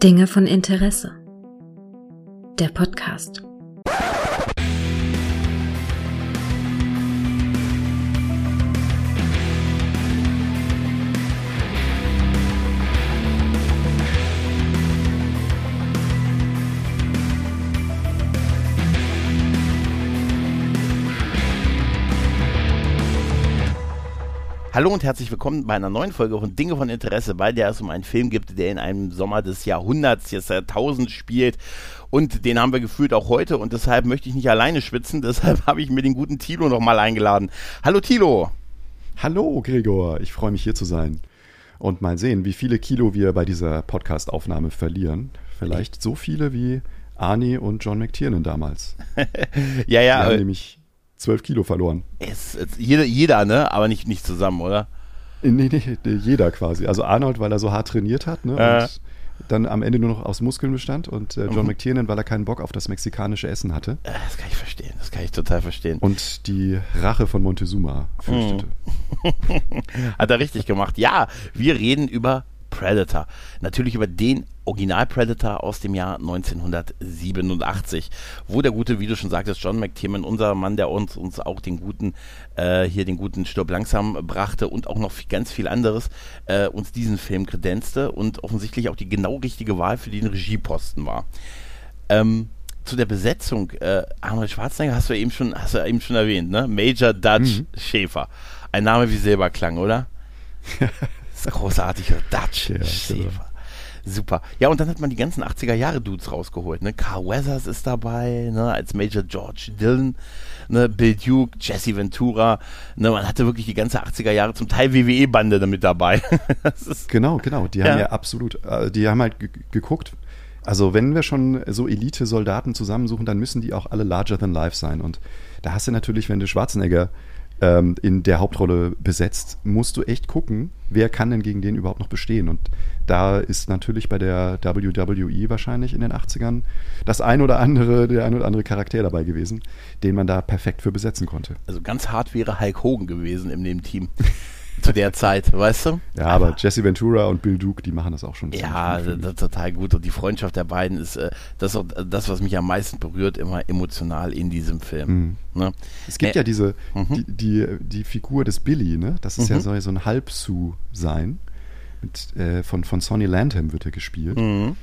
Dinge von Interesse. Der Podcast. Hallo und herzlich willkommen bei einer neuen Folge von Dinge von Interesse, bei der es um einen Film gibt, der in einem Sommer des Jahrhunderts, des Jahrtausends spielt, und den haben wir gefühlt auch heute, und deshalb möchte ich nicht alleine schwitzen, deshalb habe ich mir den guten Thilo nochmal eingeladen. Hallo Thilo! Hallo Gregor, ich freue mich hier zu sein und mal sehen, wie viele Kilo wir bei dieser Podcast-Aufnahme verlieren. Vielleicht so viele wie Arnie und John McTiernan damals. Ja. Wir haben nämlich 12 Kilo verloren. Jeder, ne? Aber nicht zusammen, oder? Nee, jeder quasi. Also Arnold, weil er so hart trainiert hat, ne? Und dann am Ende nur noch aus Muskeln bestand, und John McTiernan, weil er keinen Bock auf das mexikanische Essen hatte. Das kann ich verstehen, das kann ich total verstehen. Und die Rache von Montezuma fürchtete. Hat er richtig gemacht. Ja, wir reden über Predator. Natürlich über den Original-Predator aus dem Jahr 1987, wo der gute, wie du schon sagtest, John McTiernan, unser Mann, der uns auch den guten Stirb langsam brachte und auch noch ganz viel anderes, uns diesen Film kredenzte und offensichtlich auch die genau richtige Wahl für den Regieposten war. Zu der Besetzung, Arnold Schwarzenegger hast du eben schon erwähnt, ne? Major Dutch Schäfer. Ein Name wie Silberklang, oder? Das ist großartig, Dutch Schäfer. Super. Ja, und dann hat man die ganzen 80er-Jahre-Dudes rausgeholt, ne? Carl Weathers ist dabei, ne? Als Major George Dillon, ne? Bill Duke, Jesse Ventura, ne? Man hatte wirklich die ganze 80er-Jahre, zum Teil WWE-Bande damit dabei. Genau. Die haben ja absolut, die haben halt geguckt, also wenn wir schon so Elite-Soldaten zusammensuchen, dann müssen die auch alle larger than life sein. Und da hast du natürlich, wenn du Schwarzenegger in der Hauptrolle besetzt, musst du echt gucken, wer kann denn gegen den überhaupt noch bestehen. Und da ist natürlich bei der WWE wahrscheinlich in den 80ern der ein oder andere Charakter dabei gewesen, den man da perfekt für besetzen konnte. Also ganz hart wäre Hulk Hogan gewesen in dem Team. Zu der Zeit, weißt du? Ja, aber Jesse Ventura und Bill Duke, die machen das auch schon. Ja, das total gut. Und die Freundschaft der beiden ist das, was mich am meisten berührt, immer emotional in diesem Film. Ne? Es gibt ja diese, die Figur des Billy, ne? Das ist ja so ein Halb-Sue sein. Von Sonny Landham wird er gespielt.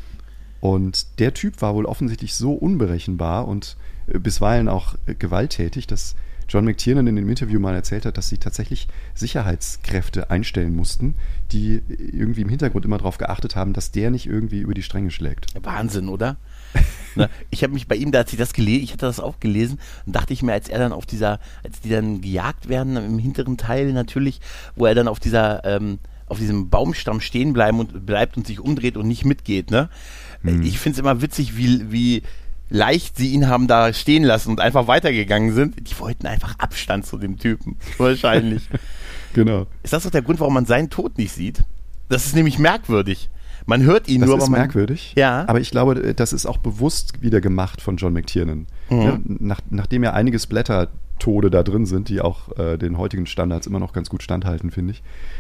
Und der Typ war wohl offensichtlich so unberechenbar und bisweilen auch gewalttätig, dass John McTiernan in dem Interview mal erzählt hat, dass sie tatsächlich Sicherheitskräfte einstellen mussten, die irgendwie im Hintergrund immer darauf geachtet haben, dass der nicht irgendwie über die Stränge schlägt. Wahnsinn, oder? Ich habe mich bei ihm, ich hatte das auch gelesen, und dachte ich mir, als die dann gejagt werden im hinteren Teil natürlich, wo er dann auf diesem Baumstamm stehen bleibt und sich umdreht und nicht mitgeht, ne? Ich finde es immer witzig, wie leicht sie ihn haben da stehen lassen und einfach weitergegangen sind. Die wollten einfach Abstand zu dem Typen. Wahrscheinlich. Genau. Ist das doch der Grund, warum man seinen Tod nicht sieht? Das ist nämlich merkwürdig. Man hört ihn das nur, aber aber man... merkwürdig. Ja. Aber ich glaube, das ist auch bewusst wieder gemacht von John McTiernan. Ja, nachdem ja einige Splatter-Tode da drin sind, die auch den heutigen Standards immer noch ganz gut standhalten, finde ich,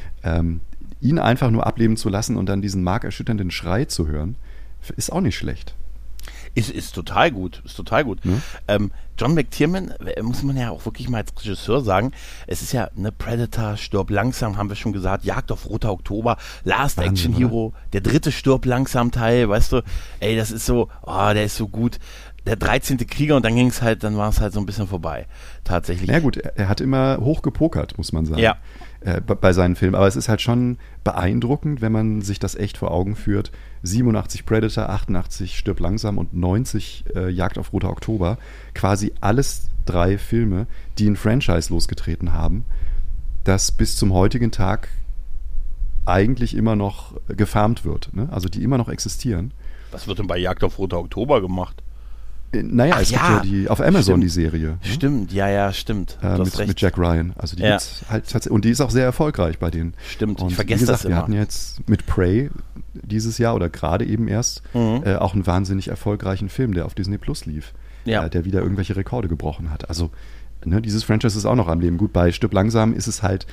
ihn einfach nur ableben zu lassen und dann diesen markerschütternden Schrei zu hören, ist auch nicht schlecht. Ist total gut, John McTiernan, muss man ja auch wirklich mal als Regisseur sagen, es ist ja eine Predator, Stirb langsam, haben wir schon gesagt, Jagd auf Roter Oktober, Last Wahnsinn, Action Hero, der dritte Stirb langsam Teil, weißt du, ey, das ist so, der ist so gut. Der 13. Krieger, und dann war es halt so ein bisschen vorbei, tatsächlich. Ja gut, er hat immer hoch gepokert, muss man sagen. Ja. Bei seinen Filmen. Aber es ist halt schon beeindruckend, wenn man sich das echt vor Augen führt. 87 Predator, 88 Stirb langsam und 90 Jagd auf Roter Oktober. Quasi alles 3 Filme, die ein Franchise losgetreten haben, das bis zum heutigen Tag eigentlich immer noch gefarmt wird. Ne? Also die immer noch existieren. Was wird denn bei Jagd auf Roter Oktober gemacht? Naja, es gibt ja auf Amazon die Serie. Stimmt, ja, stimmt. Mit Jack Ryan. Also die gibt's halt tatsächlich, und die ist auch sehr erfolgreich bei denen. Stimmt, und ich vergesse das immer. Wir hatten jetzt mit Prey dieses Jahr oder gerade eben erst auch einen wahnsinnig erfolgreichen Film, der auf Disney Plus lief, der wieder irgendwelche Rekorde gebrochen hat. Also dieses Franchise ist auch noch am Leben. Gut, bei Stirb langsam ist es halt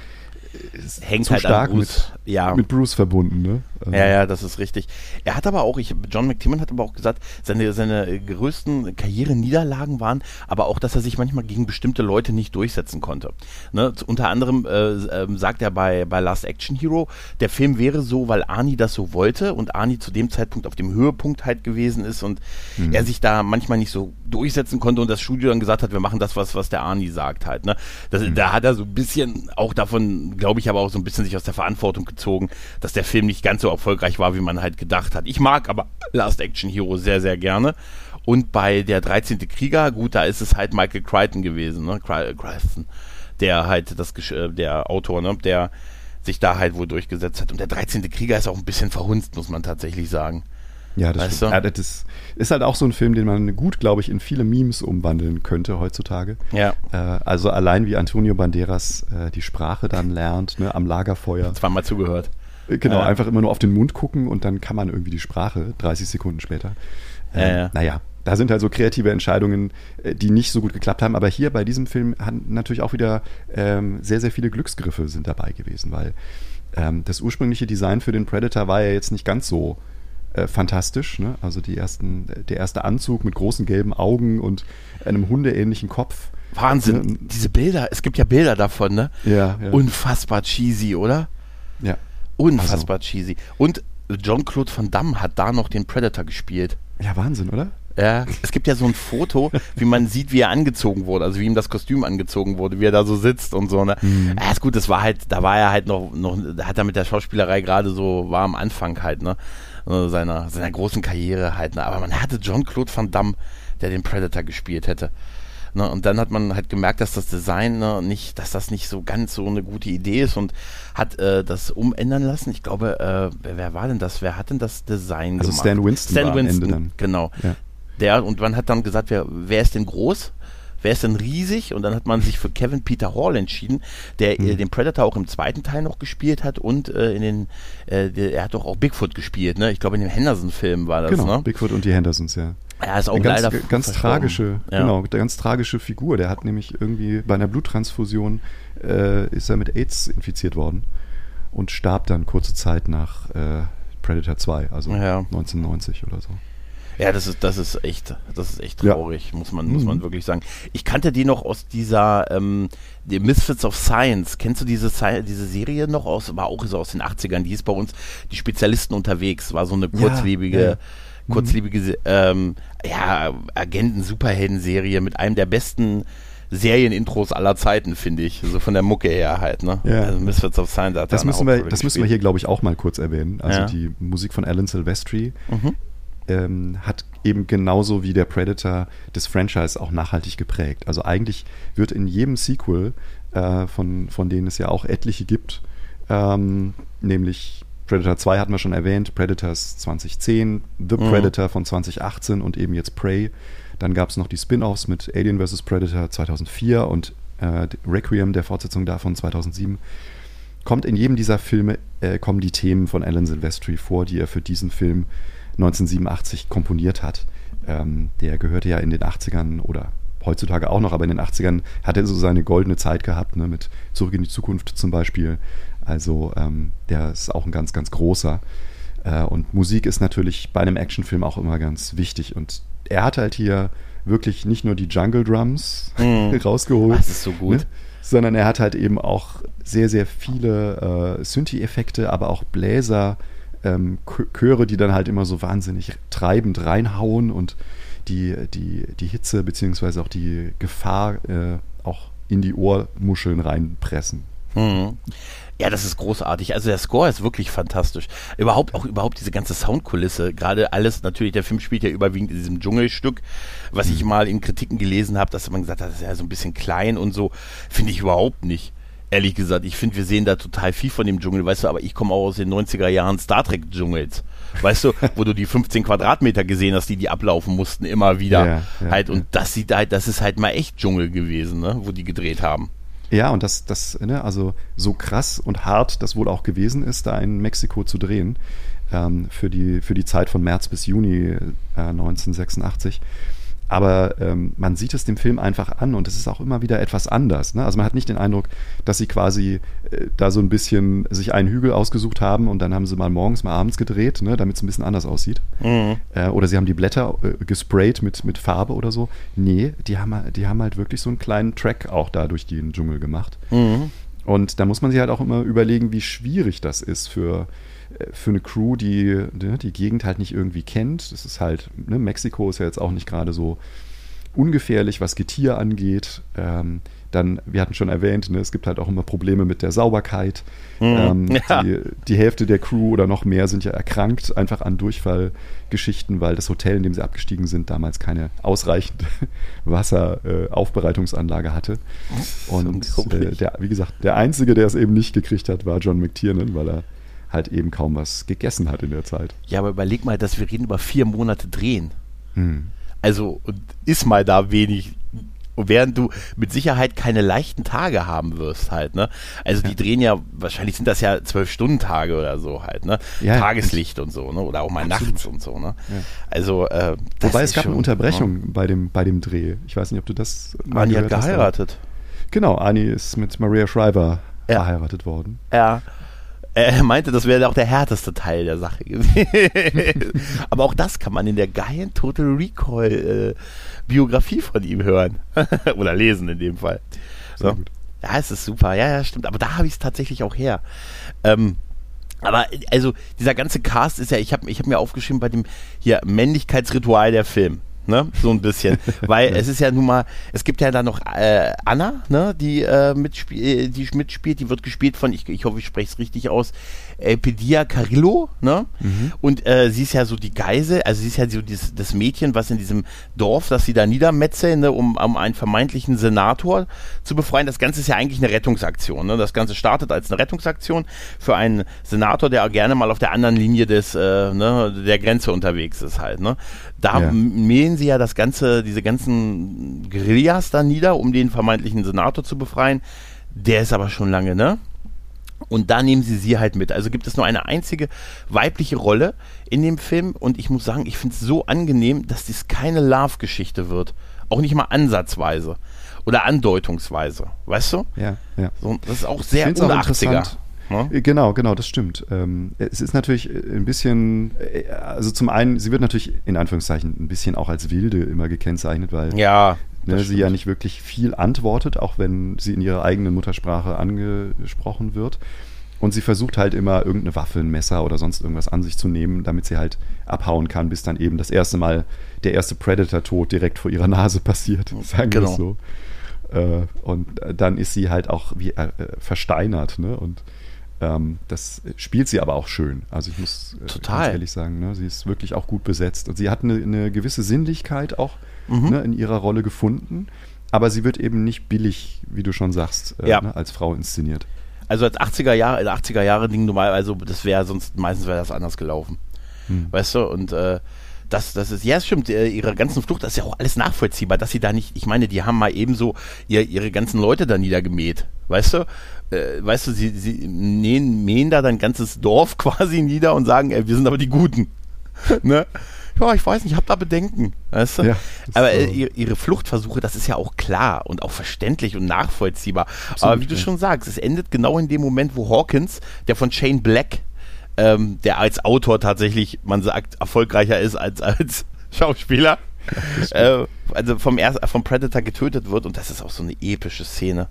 hängt zu halt stark an Bruce. mit Bruce verbunden, ne? Ja, das ist richtig. Er hat aber auch, John McTiernan hat aber auch gesagt, seine größten Karriereniederlagen waren aber auch, dass er sich manchmal gegen bestimmte Leute nicht durchsetzen konnte. Ne? Unter anderem sagt er bei Last Action Hero, der Film wäre so, weil Arnie das so wollte und Arnie zu dem Zeitpunkt auf dem Höhepunkt halt gewesen ist und er sich da manchmal nicht so durchsetzen konnte und das Studio dann gesagt hat, wir machen das, was der Arnie sagt halt. Ne? Da hat er so ein bisschen auch davon, glaube ich, aber auch so ein bisschen sich aus der Verantwortung gezogen, dass der Film nicht ganz so erfolgreich war, wie man halt gedacht hat. Ich mag aber Last Action Hero sehr, sehr gerne. Und bei der 13. Krieger, gut, da ist es halt Michael Crichton gewesen, ne? Crichton, der halt der Autor, ne? Der sich da halt wohl durchgesetzt hat. Und der 13. Krieger ist auch ein bisschen verhunzt, muss man tatsächlich sagen. Ja, das stimmt. Ja, das ist halt auch so ein Film, den man gut, glaube ich, in viele Memes umwandeln könnte heutzutage. Ja. Also allein wie Antonio Banderas die Sprache dann lernt, ne, am Lagerfeuer. Zweimal zugehört. Genau, einfach immer nur auf den Mund gucken und dann kann man irgendwie die Sprache 30 Sekunden später. Naja, da sind halt so kreative Entscheidungen, die nicht so gut geklappt haben. Aber hier bei diesem Film haben natürlich auch wieder sehr, sehr viele Glücksgriffe sind dabei gewesen, weil das ursprüngliche Design für den Predator war ja jetzt nicht ganz so fantastisch. Ne? Also der erste Anzug mit großen gelben Augen und einem hundeähnlichen Kopf. Wahnsinn, diese Bilder, es gibt ja Bilder davon, ne? Ja. Unfassbar cheesy, oder? Ja. Unfassbar cheesy. Und Jean-Claude Van Damme hat da noch den Predator gespielt. Ja, Wahnsinn, oder? Ja, es gibt ja so ein Foto, wie man sieht, wie er angezogen wurde, also wie ihm das Kostüm angezogen wurde, wie er da so sitzt und so. Ne? Ja, ist gut, da war er halt noch, hat er mit der Schauspielerei gerade so, war am Anfang halt, ne? Seiner großen Karriere halt, ne? Aber man hatte Jean-Claude Van Damme, der den Predator gespielt hätte. Ne, und dann hat man halt gemerkt, dass das Design dass das nicht so ganz so eine gute Idee ist und hat das umändern lassen. Ich glaube, wer war denn das? Wer hat denn das Design gemacht? Stan Winston war am Ende dann. Genau. Ja. Und man hat dann gesagt, wer ist denn groß? Wer ist denn riesig? Und dann hat man sich für Kevin Peter Hall entschieden, der den Predator auch im zweiten Teil noch gespielt hat und er hat doch auch Bigfoot gespielt, ne? Ich glaube in dem Henderson-Film war das, genau, ne? Bigfoot und die Hendersons, ja. Ja, ist auch eine ganz tragische Figur. Der hat nämlich irgendwie bei einer Bluttransfusion ist er mit AIDS infiziert worden und starb dann kurze Zeit nach Predator 2, also 1990 oder so. Ja, das ist echt traurig, muss man wirklich sagen. Ich kannte die noch aus dieser die Misfits of Science. Kennst du diese Serie noch war auch so aus den 80ern, die hieß bei uns Die Spezialisten unterwegs, war so eine kurzlebige Agenten-Superhelden-Serie mit einem der besten Serienintros aller Zeiten, finde ich. So von der Mucke her halt, ne? Ja. Also Misfits of Science hat das müssen wir hier, glaube ich, auch mal kurz erwähnen. Also die Musik von Alan Silvestri hat eben genauso wie der Predator das Franchise auch nachhaltig geprägt. Also eigentlich wird in jedem Sequel, von denen es ja auch etliche gibt, nämlich Predator 2 hatten wir schon erwähnt, Predators 2010, The Predator von 2018 und eben jetzt Prey. Dann gab es noch die Spin-Offs mit Alien vs. Predator 2004 und Requiem, der Fortsetzung davon 2007. Kommt in jedem dieser Filme, kommen die Themen von Alan Silvestri vor, die er für diesen Film 1987 komponiert hat. Der gehörte ja in den 80ern oder heutzutage auch noch, aber in den 80ern hat er so seine goldene Zeit gehabt, ne, mit Zurück in die Zukunft zum Beispiel. Also der ist auch ein ganz, ganz großer. Und Musik ist natürlich bei einem Actionfilm auch immer ganz wichtig. Und er hat halt hier wirklich nicht nur die Jungle Drums rausgeholt. Das ist so gut. Ne, sondern er hat halt eben auch sehr, sehr viele Synthi-Effekte, aber auch Bläser, Chöre, die dann halt immer so wahnsinnig treibend reinhauen und die Hitze beziehungsweise auch die Gefahr auch in die Ohrmuscheln reinpressen. Ja, das ist großartig. Also der Score ist wirklich fantastisch. Überhaupt diese ganze Soundkulisse, gerade alles, natürlich, der Film spielt ja überwiegend in diesem Dschungelstück, was ich mal in Kritiken gelesen habe, dass man gesagt hat, das ist ja so ein bisschen klein und so, finde ich überhaupt nicht. Ehrlich gesagt, ich finde, wir sehen da total viel von dem Dschungel, weißt du, aber ich komme auch aus den 90er Jahren Star Trek Dschungels, weißt du, wo du die 15 Quadratmeter gesehen hast, die ablaufen mussten, immer wieder und das ist halt mal echt Dschungel gewesen, ne, wo die gedreht haben. Ja, und also so krass und hart das wohl auch gewesen ist, da in Mexiko zu drehen, für die Zeit von März bis Juni 1986. Aber man sieht es dem Film einfach an und es ist auch immer wieder etwas anders. Ne? Also man hat nicht den Eindruck, dass sie quasi da so ein bisschen sich einen Hügel ausgesucht haben und dann haben sie mal morgens, mal abends gedreht, ne, damit es ein bisschen anders aussieht. Oder sie haben die Blätter gesprayt mit Farbe oder so. Nee, die haben halt wirklich so einen kleinen Track auch da durch den Dschungel gemacht. Und da muss man sich halt auch immer überlegen, wie schwierig das ist für eine Crew, die die Gegend halt nicht irgendwie kennt. Das ist halt, ne, Mexiko ist ja jetzt auch nicht gerade so ungefährlich, was Getier angeht. Dann, wir hatten schon erwähnt, ne, es gibt halt auch immer Probleme mit der Sauberkeit. Die Hälfte der Crew oder noch mehr sind ja erkrankt, einfach an Durchfallgeschichten, weil das Hotel, in dem sie abgestiegen sind, damals keine ausreichende Wasseraufbereitungsanlage hatte. Und wie gesagt, der Einzige, der es eben nicht gekriegt hat, war John McTiernan, weil er halt eben kaum was gegessen hat in der Zeit. Ja, aber überleg mal, dass wir reden über 4 Monate drehen. Also ist mal da wenig, während du mit Sicherheit keine leichten Tage haben wirst halt, ne? Also die drehen ja, wahrscheinlich sind das ja 12-Stunden-Tage oder so halt, ne? Ja, Tageslicht und so, ne? Oder auch mal nachts und so, ne? Ja. Also, wobei es gab eine Unterbrechung bei dem Dreh. Ich weiß nicht, ob du das mal Ani gehört hat geheiratet. Genau, Ani ist mit Maria Shriver verheiratet worden. Ja. Er meinte, das wäre auch der härteste Teil der Sache gewesen. Aber auch das kann man in der geilen Total Recall Biografie von ihm hören. Oder lesen in dem Fall. So. Ja, es ist super. Ja, stimmt. Aber da habe ich es tatsächlich auch her. Aber also dieser ganze Cast ist ja, ich hab mir aufgeschrieben bei dem hier Männlichkeitsritual der Film. Ne? So ein bisschen. Weil es ist ja nun mal, es gibt ja da noch Anna, ne? die mitspielt, die wird gespielt von, ich hoffe, ich spreche es richtig aus, Pedia Carrillo, ne? Und sie ist ja so die Geisel, also sie ist ja so das Mädchen, was in diesem Dorf, das sie da niedermetzeln, ne? um einen vermeintlichen Senator zu befreien. Das Ganze ist ja eigentlich eine Rettungsaktion. Ne? Das Ganze startet als eine Rettungsaktion für einen Senator, der gerne mal auf der anderen Linie der Grenze unterwegs ist halt. Ne? Da mähen sie ja diese ganzen Guerillas da nieder, um den vermeintlichen Senator zu befreien. Der ist aber schon lange, ne? Und da nehmen sie halt mit. Also gibt es nur eine einzige weibliche Rolle in dem Film und ich muss sagen, ich finde es so angenehm, dass dies keine Love-Geschichte wird. Auch nicht mal ansatzweise oder andeutungsweise. Weißt du? Ja. So, das ist auch sehr un-80er. Ne? Genau, das stimmt. Es ist natürlich ein bisschen, also zum einen, sie wird natürlich in Anführungszeichen ein bisschen auch als Wilde immer gekennzeichnet, weil sie ja nicht wirklich viel antwortet, auch wenn sie in ihrer eigenen Muttersprache angesprochen wird. Und sie versucht halt immer irgendeine Waffe, ein Messer oder sonst irgendwas an sich zu nehmen, damit sie halt abhauen kann, bis dann eben das erste Mal der erste Predator-Tod direkt vor ihrer Nase passiert, sagen wir es so. Und dann ist sie halt auch wie versteinert, ne? Und das spielt sie aber auch schön. Also ich muss ganz ehrlich sagen, ne? Sie ist wirklich auch gut besetzt. Und sie hat eine gewisse Sinnlichkeit auch in ihrer Rolle gefunden, aber sie wird eben nicht billig, wie du schon sagst, als Frau inszeniert. Also als 80er Jahre Ding normal, also das wäre sonst, meistens wäre das anders gelaufen. Weißt du, und das ist, ja, es stimmt, ihre ganzen Flucht, das ist ja auch alles nachvollziehbar, dass sie da nicht, ich meine, die haben mal ebenso ihre ganzen Leute da niedergemäht, weißt du? Sie mähen da dein ganzes Dorf quasi nieder und sagen, wir sind aber die Guten. Ne? Ja, ich weiß nicht, ich hab da Bedenken, weißt du? Ja, aber ihre Fluchtversuche, das ist ja auch klar und auch verständlich und nachvollziehbar. Absolut, aber wie du schon sagst, es endet genau in dem Moment, wo Hawkins, der von Shane Black, der als Autor tatsächlich, man sagt, erfolgreicher ist als Schauspieler, also vom Predator getötet wird, und das ist auch so eine epische Szene.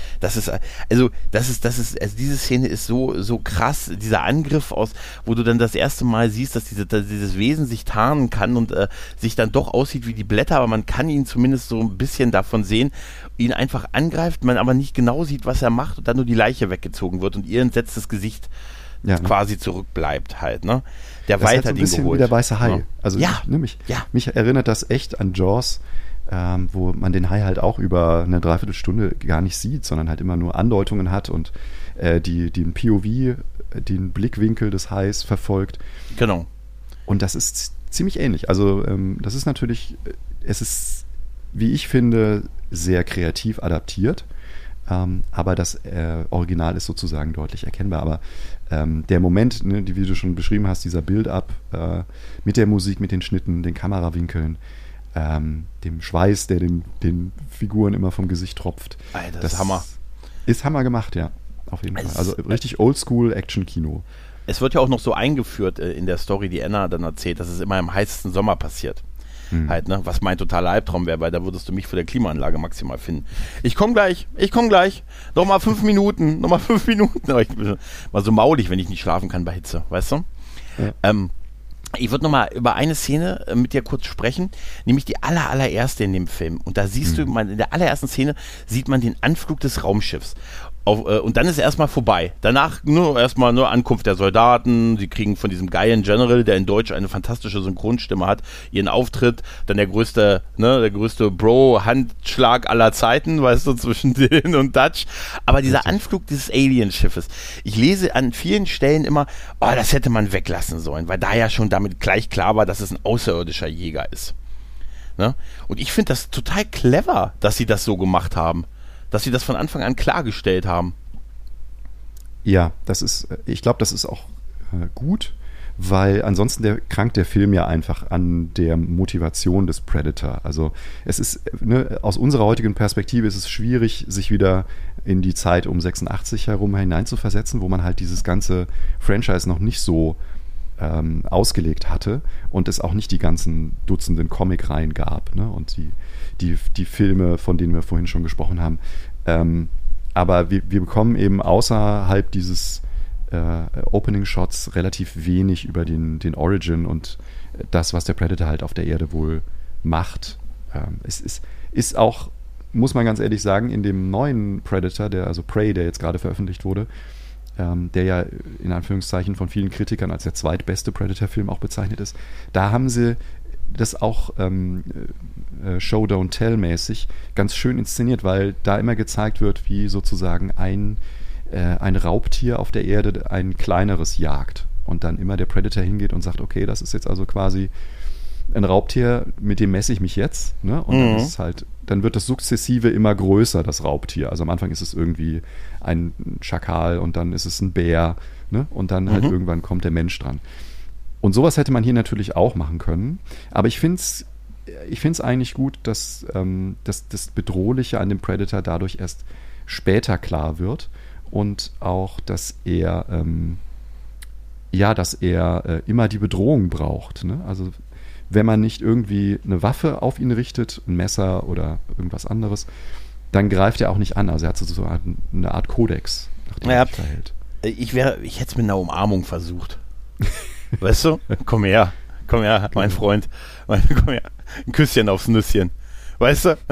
Also diese Szene ist so krass, dieser Angriff wo du dann das erste Mal siehst, dass dieses Wesen sich tarnen kann und sich dann doch aussieht wie die Blätter, aber man kann ihn zumindest so ein bisschen davon sehen, ihn einfach angreift, man aber nicht genau sieht, was er macht, und dann nur die Leiche weggezogen wird und ihr entsetztes Gesicht quasi zurückbleibt halt, ne? Der das weiter ist halt so ein bisschen geholt. Wie der weiße Hai. Also mich erinnert das echt an Jaws, wo man den Hai halt auch über eine Dreiviertelstunde gar nicht sieht, sondern halt immer nur Andeutungen hat und den POV, den Blickwinkel des Hais verfolgt. Genau. Und das ist ziemlich ähnlich. Also das ist natürlich, es ist, wie ich finde, sehr kreativ adaptiert, aber das Original ist sozusagen deutlich erkennbar. Aber der Moment, ne, wie du schon beschrieben hast, dieser Build-up mit der Musik, mit den Schnitten, den Kamerawinkeln, dem Schweiß, der den Figuren immer vom Gesicht tropft. Alter, das ist Hammer. Ist Hammer gemacht, ja. Auf jeden Fall. Also richtig Oldschool-Action-Kino. Es wird ja auch noch so eingeführt in der Story, die Anna dann erzählt, dass es immer im heißesten Sommer passiert. Halt, ne? Was mein totaler Albtraum wäre, weil da würdest du mich vor der Klimaanlage maximal finden. Ich komm gleich. Nochmal 5 Minuten. Aber ich bin mal so maulig, wenn ich nicht schlafen kann bei Hitze, weißt du? Ja. Ich würde nochmal über eine Szene mit dir kurz sprechen, nämlich die allererste in dem Film. Und da siehst du, in der allerersten Szene sieht man den Anflug des Raumschiffs. Und dann ist er erstmal vorbei. Danach nur Ankunft der Soldaten. Sie kriegen von diesem geilen General, der in Deutsch eine fantastische Synchronstimme hat, ihren Auftritt. Dann der größte Bro-Handschlag aller Zeiten, weißt du, zwischen Dylan und Dutch. Aber dieser Anflug dieses Alienschiffes. Ich lese an vielen Stellen immer, das hätte man weglassen sollen, weil da ja schon damit gleich klar war, dass es ein außerirdischer Jäger ist. Ne? Und ich finde das total clever, dass sie das so gemacht haben. Dass sie das von Anfang an klargestellt haben. Ja, ich glaube, das ist auch gut, weil ansonsten krankt der Film ja einfach an der Motivation des Predator. Also es ist, aus unserer heutigen Perspektive ist es schwierig, sich wieder in die Zeit um 86 herum hineinzuversetzen, wo man halt dieses ganze Franchise noch nicht so ausgelegt hatte und es auch nicht die ganzen Dutzenden Comic-Reihen gab, ne? Und die Filme, von denen wir vorhin schon gesprochen haben. Aber wir bekommen eben außerhalb dieses Opening-Shots relativ wenig über den Origin und das, was der Predator halt auf der Erde wohl macht. Es ist auch, muss man ganz ehrlich sagen, in dem neuen Predator, also Prey, der jetzt gerade veröffentlicht wurde, der ja in Anführungszeichen von vielen Kritikern als der zweitbeste Predator-Film auch bezeichnet ist, da haben sie das auch Show Don't Tell mäßig ganz schön inszeniert, weil da immer gezeigt wird, wie sozusagen ein Raubtier auf der Erde ein kleineres jagt und dann immer der Predator hingeht und sagt, okay, das ist jetzt also quasi ein Raubtier, mit dem messe ich mich jetzt, ne? Und dann ist es halt, dann wird das sukzessive immer größer, das Raubtier. Also am Anfang ist es irgendwie ein Schakal und dann ist es ein Bär, ne? Und dann halt irgendwann kommt der Mensch dran. Und sowas hätte man hier natürlich auch machen können. Aber ich finde es eigentlich gut, dass das Bedrohliche an dem Predator dadurch erst später klar wird und auch, dass er immer die Bedrohung braucht, ne? Also wenn man nicht irgendwie eine Waffe auf ihn richtet, ein Messer oder irgendwas anderes, dann greift er auch nicht an. Also er hat so eine Art Kodex, nach dem er sich verhält. Ich hätte es mit einer Umarmung versucht. Weißt du? Komm her, mein Freund. Komm her. Ein Küsschen aufs Nüsschen. Weißt du?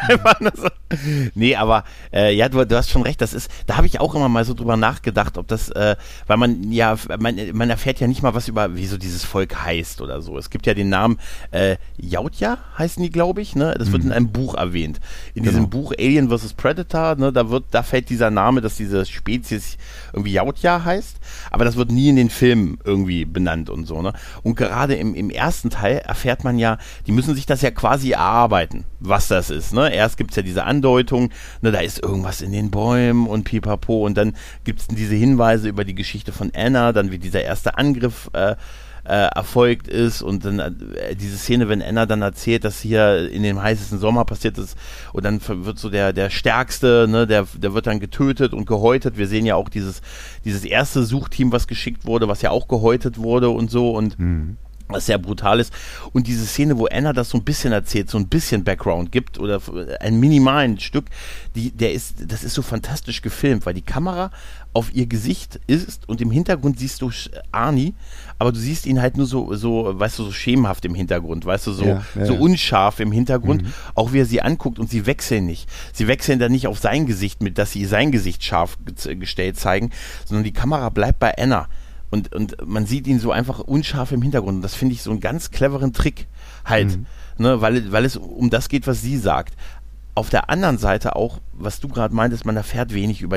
Nee, aber du hast schon recht, da habe ich auch immer mal so drüber nachgedacht, ob das, weil man erfährt ja nicht mal was über, wie so dieses Volk heißt oder so. Es gibt ja den Namen Yautja heißen die, glaube ich, ne? Das wird in einem Buch erwähnt. In diesem Buch Alien vs. Predator, ne, da fällt dieser Name, dass diese Spezies irgendwie Yautja heißt, aber das wird nie in den Filmen irgendwie benannt und so, ne? Und gerade im ersten Teil erfährt man ja, die müssen sich das ja quasi erarbeiten, was das ist, ne? Erst gibt's ja diese Andeutung, ne, da ist irgendwas in den Bäumen und pipapo und dann gibt's diese Hinweise über die Geschichte von Anna, dann wie dieser erste Angriff erfolgt ist und dann diese Szene, wenn Anna dann erzählt, dass hier in dem heißesten Sommer passiert ist und dann wird so der Stärkste, ne, der wird dann getötet und gehäutet. Wir sehen ja auch dieses erste Suchteam, was geschickt wurde, was ja auch gehäutet wurde und so und was sehr brutal ist. Und diese Szene, wo Anna das so ein bisschen erzählt, so ein bisschen Background gibt oder ein minimalen Stück, das ist so fantastisch gefilmt, weil die Kamera auf ihr Gesicht ist und im Hintergrund siehst du Arnie, aber du siehst ihn halt nur so, weißt du, so schemenhaft im Hintergrund, weißt du, so unscharf im Hintergrund, auch wie er sie anguckt und sie wechseln nicht. Sie wechseln dann nicht auf sein Gesicht, mit dass sie sein Gesicht scharf gestellt zeigen, sondern die Kamera bleibt bei Anna. Und man sieht ihn so einfach unscharf im Hintergrund. Und das finde ich so einen ganz cleveren Trick halt, ne, weil es um das geht, was sie sagt. Auf der anderen Seite auch, was du gerade meintest, man erfährt wenig über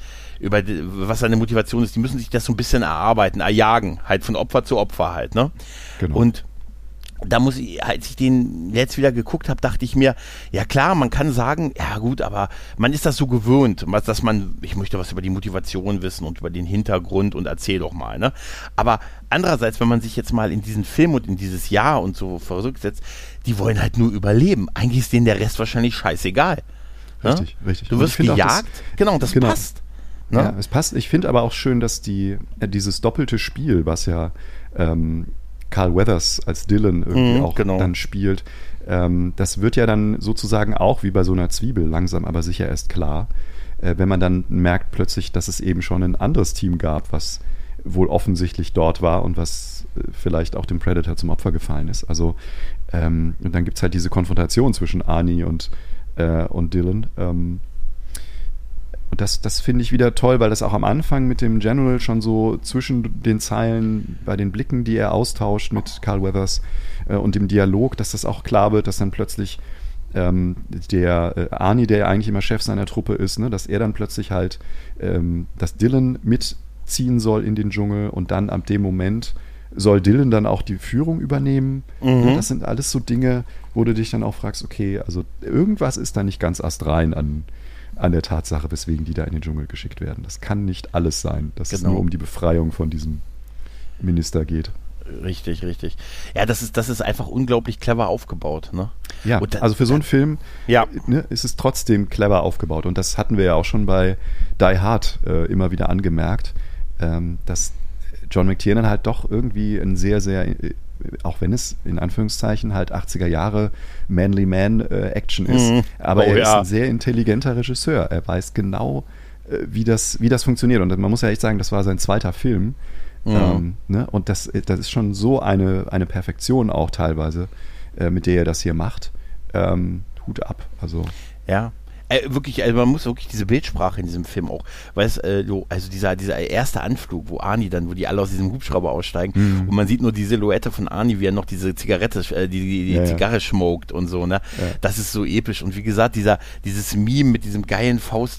was seine Motivation ist. Die müssen sich das so ein bisschen erarbeiten, erjagen, halt von Opfer zu Opfer halt, ne? Genau. Und da muss ich, als ich den jetzt wieder geguckt habe, dachte ich mir, ja klar, man kann sagen, ja gut, aber man ist das so gewöhnt, dass ich möchte was über die Motivation wissen und über den Hintergrund und erzähl doch mal, ne? Aber andererseits, wenn man sich jetzt mal in diesen Film und in dieses Jahr und so verrückt setzt, die wollen halt nur überleben. Eigentlich ist denen der Rest wahrscheinlich scheißegal. Richtig, ne? Richtig. Du wirst gejagt, das passt. Ne? Ja, es passt. Ich finde aber auch schön, dass dieses doppelte Spiel, was ja Carl Weathers als Dylan irgendwie auch dann spielt, das wird ja dann sozusagen auch wie bei so einer Zwiebel langsam, aber sicher erst klar, wenn man dann merkt plötzlich, dass es eben schon ein anderes Team gab, was wohl offensichtlich dort war und was vielleicht auch dem Predator zum Opfer gefallen ist. Also und dann gibt es halt diese Konfrontation zwischen Arnie und Dylan. Und das finde ich wieder toll, weil das auch am Anfang mit dem General schon so zwischen den Zeilen, bei den Blicken, die er austauscht mit Carl Weathers und dem Dialog, dass das auch klar wird, dass dann plötzlich der Arnie, der ja eigentlich immer Chef seiner Truppe ist, ne, dass er dann plötzlich halt, dass Dylan mitziehen soll in den Dschungel und dann ab dem Moment soll Dylan dann auch die Führung übernehmen. Mhm. Das sind alles so Dinge, wo du dich dann auch fragst, okay, also irgendwas ist da nicht ganz astrein an der Tatsache, weswegen die da in den Dschungel geschickt werden. Das kann nicht alles sein, dass es nur um die Befreiung von diesem Minister geht. Richtig. Ja, das ist einfach unglaublich clever aufgebaut. Ne? Ja, also für so einen Film ne, ist es trotzdem clever aufgebaut. Und das hatten wir ja auch schon bei Die Hard immer wieder angemerkt, dass John McTiernan halt doch irgendwie ein sehr, sehr, auch wenn es in Anführungszeichen halt 80er Jahre Manly Man Action ist, aber er ist ein sehr intelligenter Regisseur. Er weiß genau, wie das funktioniert. Und man muss ja echt sagen, das war sein zweiter Film. Ne? Und das ist schon so eine Perfektion auch teilweise, mit der er das hier macht. Hut ab. Also. Ja. Wirklich, also man muss wirklich diese Bildsprache in diesem Film auch, also dieser erste Anflug, wo die alle aus diesem Hubschrauber aussteigen und man sieht nur die Silhouette von Arnie, wie er noch diese Zigarette, die Zigarre smoked und so, ne? Ja. Das ist so episch und wie gesagt, dieses Meme mit diesem geilen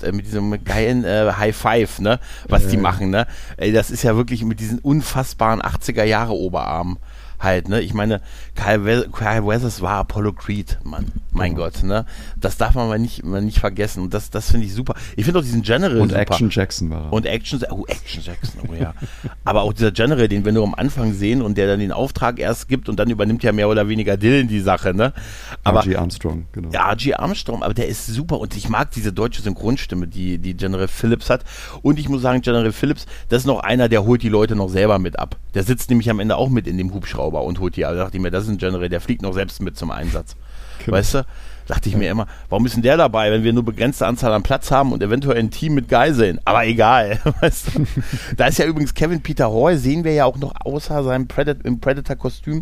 High Five, ne? Was die machen, ne? Das ist ja wirklich mit diesen unfassbaren 80er Jahre Oberarmen. Halt, ne? Ich meine, Carl Weathers war Apollo Creed, Mann. Mein Gott, ne? Das darf man mal nicht vergessen. Und das finde ich super. Ich finde auch diesen General und super. Action Jackson war er. Und Action Jackson, oh ja. Aber auch dieser General, den wir nur am Anfang sehen und der dann den Auftrag erst gibt und dann übernimmt ja mehr oder weniger Dylan die Sache, ne? R.G. Armstrong, genau. Ja, R.G. Armstrong, aber der ist super und ich mag diese deutsche Synchronstimme, die General Phillips hat. Und ich muss sagen, General Phillips, das ist noch einer, der holt die Leute noch selber mit ab. Der sitzt nämlich am Ende auch mit in dem Hubschrauber und holt die, also dachte ich mir, das ist ein General, der fliegt noch selbst mit zum Einsatz. Genau. Weißt du? Dachte ich mir immer, warum ist denn der dabei, wenn wir nur begrenzte Anzahl an Platz haben und eventuell ein Team mit Geiseln? Aber egal, weißt du? Da ist ja übrigens Kevin Peter Hall, sehen wir ja auch noch außer seinem Predator-Kostüm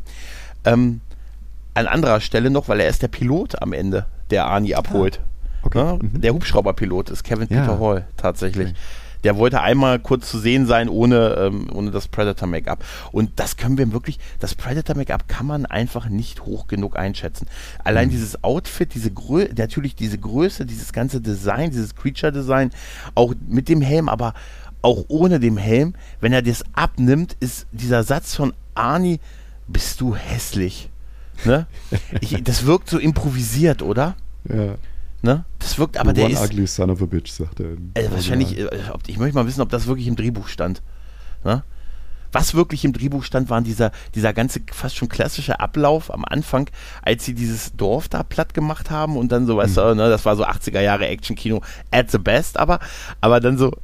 an anderer Stelle noch, weil er ist der Pilot am Ende, der Arnie abholt. Okay. Ja? Der Hubschrauberpilot ist Kevin Peter Hall tatsächlich. Okay. Der wollte einmal kurz zu sehen sein, ohne das Predator-Make-up. Und das können wir wirklich, das Predator-Make-up kann man einfach nicht hoch genug einschätzen. Allein dieses Outfit, natürlich diese Größe, dieses ganze Design, dieses Creature-Design, auch mit dem Helm, aber auch ohne dem Helm, wenn er das abnimmt, ist dieser Satz von Arnie, bist du hässlich. Ne? Das wirkt so improvisiert, oder? Ja. Ne? Das wirkt, aber der ist... ugly son of a bitch, sagt er. Wahrscheinlich, ich möchte mal wissen, ob das wirklich im Drehbuch stand. Ne? Was wirklich im Drehbuch stand, waren dieser ganze fast schon klassische Ablauf am Anfang, als sie dieses Dorf da platt gemacht haben und dann so, weißt du, ne, das war so 80er Jahre Action-Kino at the best, aber dann so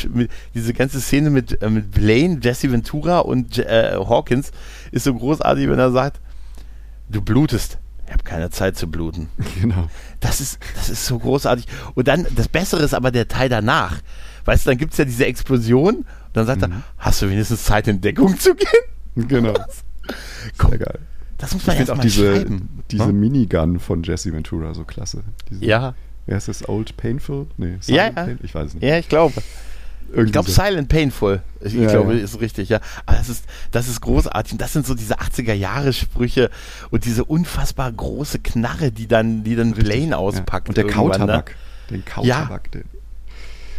diese ganze Szene mit Blaine, Jesse Ventura und Hawkins ist so großartig, wenn er sagt, du blutest. Ich habe keine Zeit zu bluten. Genau. Das ist so großartig. Und dann, das Bessere ist aber der Teil danach. Weißt du, dann gibt es ja diese Explosion und dann sagt er, hast du wenigstens Zeit, in Deckung zu gehen? Genau. Komm, sehr geil. Das muss man erst mal schreiben. Diese Minigun von Jesse Ventura, so klasse. Wer ist das? Old Painful? Nee, Silent Painful? Ich weiß es nicht. Ja, ich glaube. Ich glaube, Silent Painful. Ich glaube, ist richtig, ja. Aber das ist großartig. Und das sind so diese 80er-Jahre-Sprüche und diese unfassbar große Knarre, die dann Blaine auspackt. Und der Kautabak. Den Kautabak.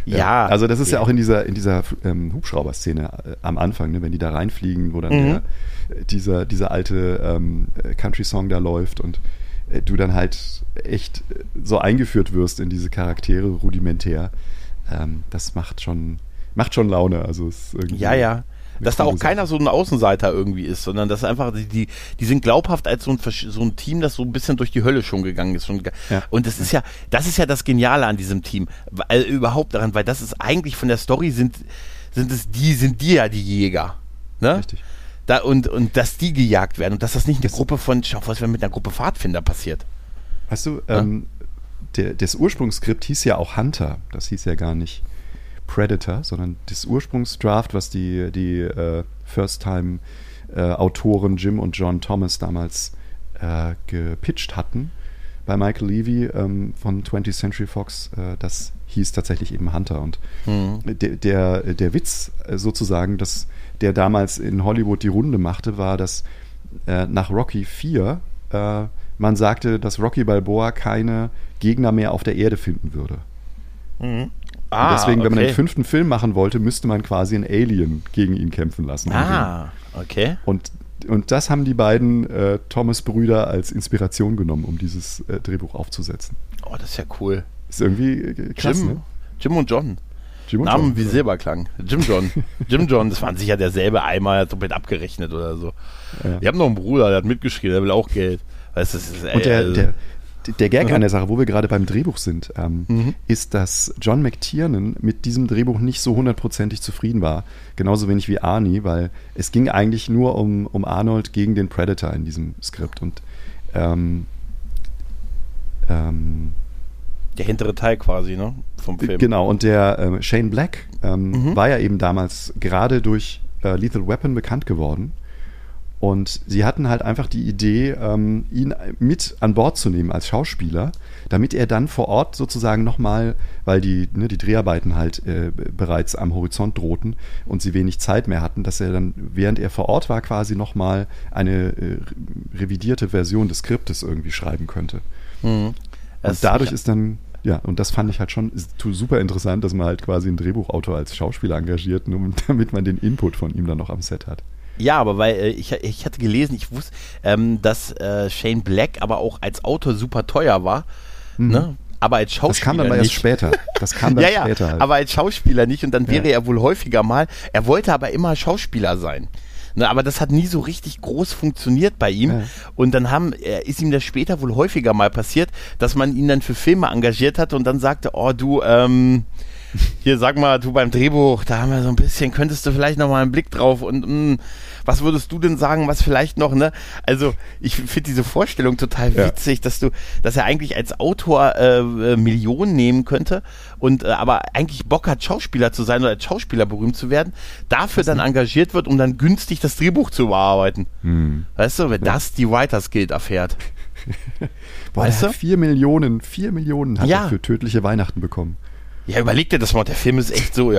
Ja. Also das ist ja auch in dieser Hubschrauber-Szene am Anfang, ne, wenn die da reinfliegen, wo dann dieser alte Country-Song da läuft und du dann halt echt so eingeführt wirst in diese Charaktere rudimentär. Das macht schon Laune. Also ist irgendwie dass da auch keiner so ein Außenseiter irgendwie ist, sondern dass einfach die sind glaubhaft als so ein Team, das so ein bisschen durch die Hölle schon gegangen ist. Und das ist ja das Geniale an diesem Team, überhaupt daran, weil das ist eigentlich von der Story sind die ja die Jäger. Ne? Richtig. Und dass die gejagt werden und dass das nicht eine Gruppe von, schau, was mit einer Gruppe Pfadfinder passiert. Weißt du, das Ursprungsskript hieß ja auch Hunter, das hieß ja gar nicht Predator, sondern das Ursprungsdraft, was die First-Time-Autoren Jim und John Thomas damals gepitcht hatten bei Michael Levy von 20th Century Fox, das hieß tatsächlich eben Hunter. Und der Witz sozusagen, dass der damals in Hollywood die Runde machte, war, dass nach Rocky 4 man sagte, dass Rocky Balboa keine Gegner mehr auf der Erde finden würde. Und deswegen, wenn man den 5. Film machen wollte, müsste man quasi einen Alien gegen ihn kämpfen lassen. Okay. Und das haben die beiden Thomas-Brüder als Inspiration genommen, um dieses Drehbuch aufzusetzen. Oh, das ist ja cool. Ist irgendwie krass, Jim und John. Namen wie Silberklang. Jim John, das waren sicher derselbe Eimer, hat doppelt abgerechnet oder so. Ja. Wir haben noch einen Bruder, der hat mitgeschrieben, der will auch Geld. Weißt, das ist, und der Gag an der Sache, wo wir gerade beim Drehbuch sind, ist, dass John McTiernan mit diesem Drehbuch nicht so 100%ig zufrieden war. Genauso wenig wie Arnie, weil es ging eigentlich nur um Arnold gegen den Predator in diesem Skript. Und der hintere Teil quasi, ne? Vom Film. Genau, und der Shane Black war ja eben damals gerade durch Lethal Weapon bekannt geworden. Und sie hatten halt einfach die Idee, ihn mit an Bord zu nehmen als Schauspieler, damit er dann vor Ort sozusagen nochmal, weil die Dreharbeiten halt bereits am Horizont drohten und sie wenig Zeit mehr hatten, dass er dann, während er vor Ort war, quasi nochmal eine revidierte Version des Skriptes irgendwie schreiben könnte. Und dadurch ist dann, und das fand ich halt schon super interessant, dass man halt quasi einen Drehbuchautor als Schauspieler engagiert, nur damit man den Input von ihm dann noch am Set hat. Ja, aber weil ich hatte gelesen, ich wusste, dass Shane Black aber auch als Autor super teuer war, ne? Aber als Schauspieler das kam dann mal nicht. Erst später. Das kam dann später halt. Aber als Schauspieler nicht und dann wäre er wohl häufiger mal, er wollte aber immer Schauspieler sein. Ne, aber das hat nie so richtig groß funktioniert bei ihm. Ja. Und dann ist ihm das später wohl häufiger mal passiert, dass man ihn dann für Filme engagiert hat und dann sagte, oh du, hier sag mal, du beim Drehbuch, da haben wir so ein bisschen, könntest du vielleicht noch mal einen Blick drauf und was würdest du denn sagen, was vielleicht noch, ne? Also ich finde diese Vorstellung total witzig, dass er eigentlich als Autor Millionen nehmen könnte und aber eigentlich Bock hat, Schauspieler zu sein oder als Schauspieler berühmt zu werden, dafür dann engagiert wird, um dann günstig das Drehbuch zu überarbeiten. Weißt du, wenn das die Writers Guild erfährt. Boah, weißt du? 4 Millionen hat er für Tödliche Weihnachten bekommen. Ja, überleg dir das mal, der Film ist echt so,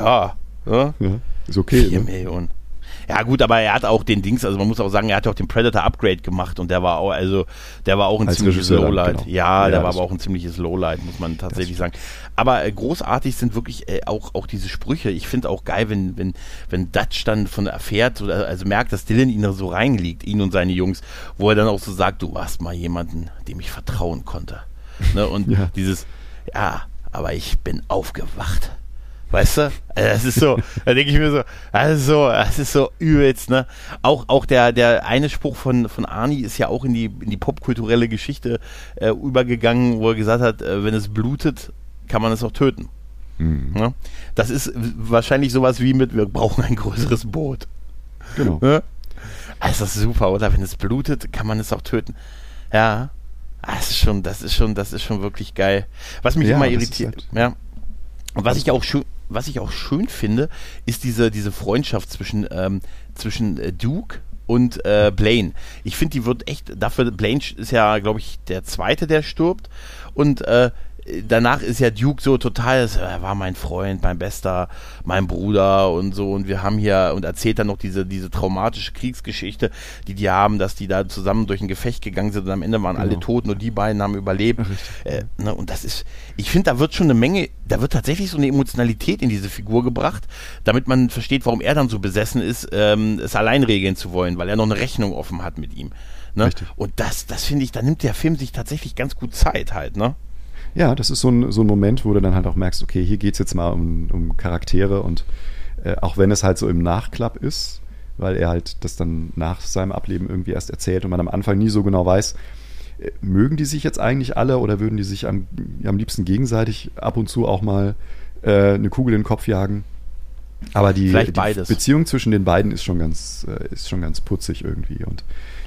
ist okay. 4 Millionen. Ja gut, aber er hat auch den Dings, also man muss auch sagen, er hat auch den Predator Upgrade gemacht und der war auch ein ziemliches Lowlight. Genau. Ja, der war aber auch ein ziemliches Lowlight, muss man tatsächlich sagen. Aber großartig sind wirklich auch diese Sprüche. Ich finde auch geil, wenn Dutch dann erfährt, also merkt, dass Dylan ihn so reinliegt, ihn und seine Jungs, wo er dann auch so sagt, du warst mal jemanden, dem ich vertrauen konnte. Ne? Und dieses, aber ich bin aufgewacht. Weißt du? Das ist so, da denke ich mir so, das ist so übelst, ne? Auch der eine Spruch von Arnie ist ja auch in die popkulturelle Geschichte übergegangen, wo er gesagt hat, wenn es blutet, kann man es auch töten. Ne? Das ist wahrscheinlich sowas wie wir brauchen ein größeres Boot. Genau. Ne? Also das ist super, oder? Wenn es blutet, kann man es auch töten. Ja. Das ist schon wirklich geil. Was mich immer irritiert. Ja. Und was ich auch schön finde, ist diese Freundschaft zwischen Duke und Blaine. Ich finde, die wird echt, Blaine ist ja, glaube ich, der Zweite, der stirbt. Und danach ist ja Duke so total, er war mein Freund, mein Bester, mein Bruder und so, und wir haben hier, und erzählt dann noch diese traumatische Kriegsgeschichte, die haben, dass die da zusammen durch ein Gefecht gegangen sind und am Ende waren alle tot, nur die beiden haben überlebt. Ne, und das ist, ich finde, da wird schon eine Menge, da wird tatsächlich so eine Emotionalität in diese Figur gebracht, damit man versteht, warum er dann so besessen ist, es allein regeln zu wollen, weil er noch eine Rechnung offen hat mit ihm. Ne? Und das finde ich, da nimmt der Film sich tatsächlich ganz gut Zeit halt, ne? Ja, das ist so ein Moment, wo du dann halt auch merkst, okay, hier geht es jetzt mal um Charaktere, und auch wenn es halt so im Nachklapp ist, weil er halt das dann nach seinem Ableben irgendwie erst erzählt und man am Anfang nie so genau weiß, mögen die sich jetzt eigentlich alle oder würden die sich am liebsten gegenseitig ab und zu auch mal eine Kugel in den Kopf jagen. Aber die Beziehung zwischen den beiden ist schon ganz putzig irgendwie. Und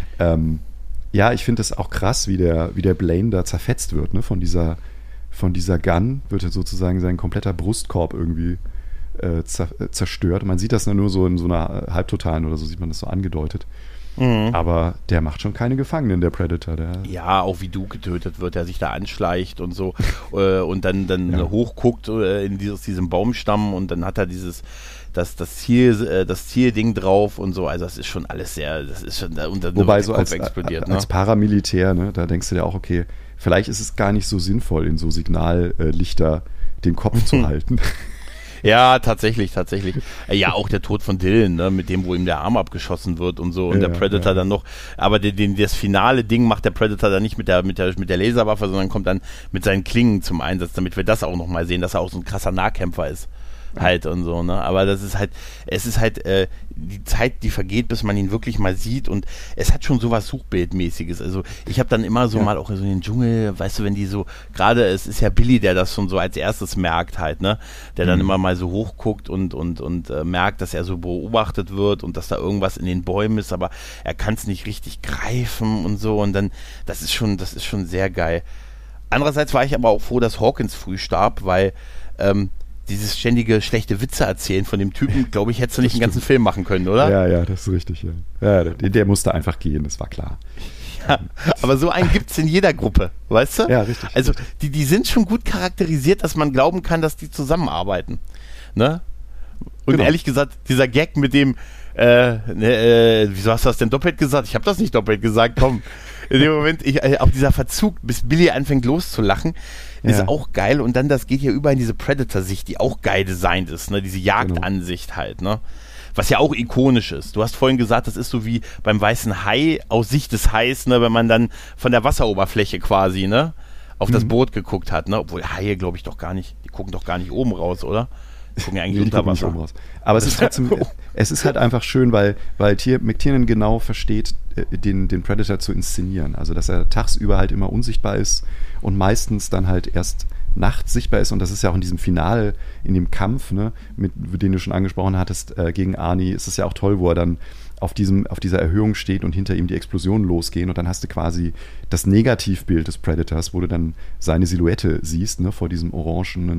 ja, ich finde das auch krass, wie der Blaine da zerfetzt wird, ne? Von dieser Gun wird ja sozusagen sein kompletter Brustkorb irgendwie zerstört. Man sieht das nur so in so einer Halbtotalen oder so, sieht man das so angedeutet. Aber der macht schon keine Gefangenen, der Predator. Ja, auch wie Duke getötet wird, der sich da anschleicht und so und dann hochguckt in diesem Baumstamm, und dann hat er das Zielding drauf und so, also das ist schon alles wobei so als Paramilitär, ne, da denkst du dir auch, okay, vielleicht ist es gar nicht so sinnvoll, in so Signallichter den Kopf zu halten. Ja, tatsächlich. Ja, auch der Tod von Dylan, ne, mit dem, wo ihm der Arm abgeschossen wird und so, und der Predator dann noch, aber das finale Ding macht der Predator dann nicht mit der Laserwaffe, sondern kommt dann mit seinen Klingen zum Einsatz, damit wir das auch nochmal sehen, dass er auch so ein krasser Nahkämpfer ist. Halt und so, ne? Aber es ist halt die Zeit, die vergeht, bis man ihn wirklich mal sieht, und es hat schon sowas Suchbildmäßiges. Also ich habe dann immer so mal auch so in den Dschungel, weißt du, wenn die so, gerade es ist ja Billy, der das schon so als erstes merkt halt, ne? Der dann immer mal so hochguckt und merkt, dass er so beobachtet wird und dass da irgendwas in den Bäumen ist, aber er kann es nicht richtig greifen und so, und dann, das ist schon sehr geil. Andererseits war ich aber auch froh, dass Hawkins früh starb, weil dieses ständige schlechte Witze erzählen von dem Typen, glaube ich, hättest du nicht einen ganzen Film machen können, oder? Ja, das ist richtig. Ja, der musste einfach gehen, das war klar. Ja, aber so einen gibt es in jeder Gruppe, weißt du? Ja, richtig. Also die sind schon gut charakterisiert, dass man glauben kann, dass die zusammenarbeiten. Ne? Und ehrlich gesagt, dieser Gag mit dem, wieso hast du das denn doppelt gesagt? Ich habe das nicht doppelt gesagt, komm. In dem Moment, auch dieser Verzug, bis Billy anfängt loszulachen, ist auch geil, und dann, das geht hier über in diese Predator-Sicht, die auch geil designt ist, ne? Diese Jagdansicht halt, ne? Was ja auch ikonisch ist. Du hast vorhin gesagt, das ist so wie beim weißen Hai aus Sicht des Hais, ne? Wenn man dann von der Wasseroberfläche quasi, ne? Auf das Boot geguckt hat, ne? Obwohl Haie, glaube ich, doch gar nicht, die gucken doch gar nicht oben raus, oder? Die gucken ja eigentlich unter Wasser. Aber es ist trotzdem, es ist halt einfach schön, weil McTiernan genau versteht, den Predator zu inszenieren. Also, dass er tagsüber halt immer unsichtbar ist und meistens dann halt erst nachts sichtbar ist. Und das ist ja auch in diesem Finale, in dem Kampf, ne, den du schon angesprochen hattest, gegen Arnie, ist es ja auch toll, wo er dann auf dieser Erhöhung steht und hinter ihm die Explosionen losgehen, und dann hast du quasi das Negativbild des Predators, wo du dann seine Silhouette siehst, ne, vor diesem orangenen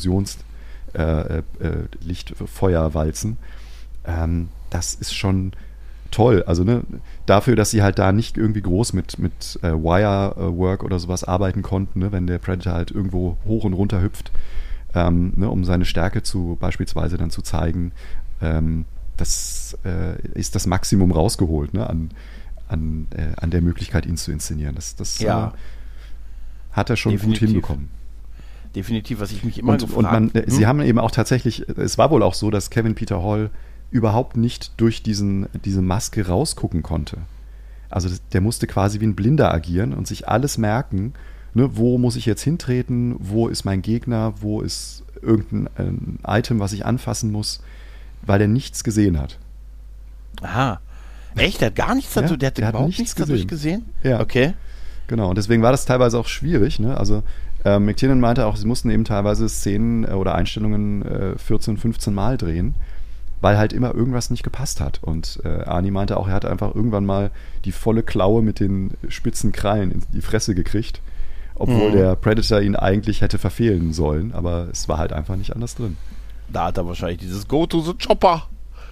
Lichtfeuerwalzen. Das ist schon toll. Also, ne, dafür, dass sie halt da nicht irgendwie groß mit Wirework oder sowas arbeiten konnten, ne, wenn der Predator halt irgendwo hoch und runter hüpft, ne, um seine Stärke beispielsweise dann zu zeigen, das ist das Maximum rausgeholt, ne, an der Möglichkeit, ihn zu inszenieren. Das hat er schon definitiv gut hinbekommen. Definitiv, was ich mich immer gefragt habe. Sie haben eben auch tatsächlich, es war wohl auch so, dass Kevin Peter Hall überhaupt nicht durch diese Maske rausgucken konnte. Also der musste quasi wie ein Blinder agieren und sich alles merken, ne, wo muss ich jetzt hintreten, wo ist mein Gegner, wo ist irgendein Item, was ich anfassen muss, weil er nichts gesehen hat. Aha. Echt? Der hat gar nichts dazu? Der hat überhaupt nichts dadurch gesehen? Ja. Okay. Genau, und deswegen war das teilweise auch schwierig, ne? Also McTiernan meinte auch, sie mussten eben teilweise Szenen oder Einstellungen 14, 15 Mal drehen, weil halt immer irgendwas nicht gepasst hat. Und Arnie meinte auch, er hat einfach irgendwann mal die volle Klaue mit den spitzen Krallen in die Fresse gekriegt, obwohl der Predator ihn eigentlich hätte verfehlen sollen, aber es war halt einfach nicht anders drin. Da hat er wahrscheinlich dieses Go to the Chopper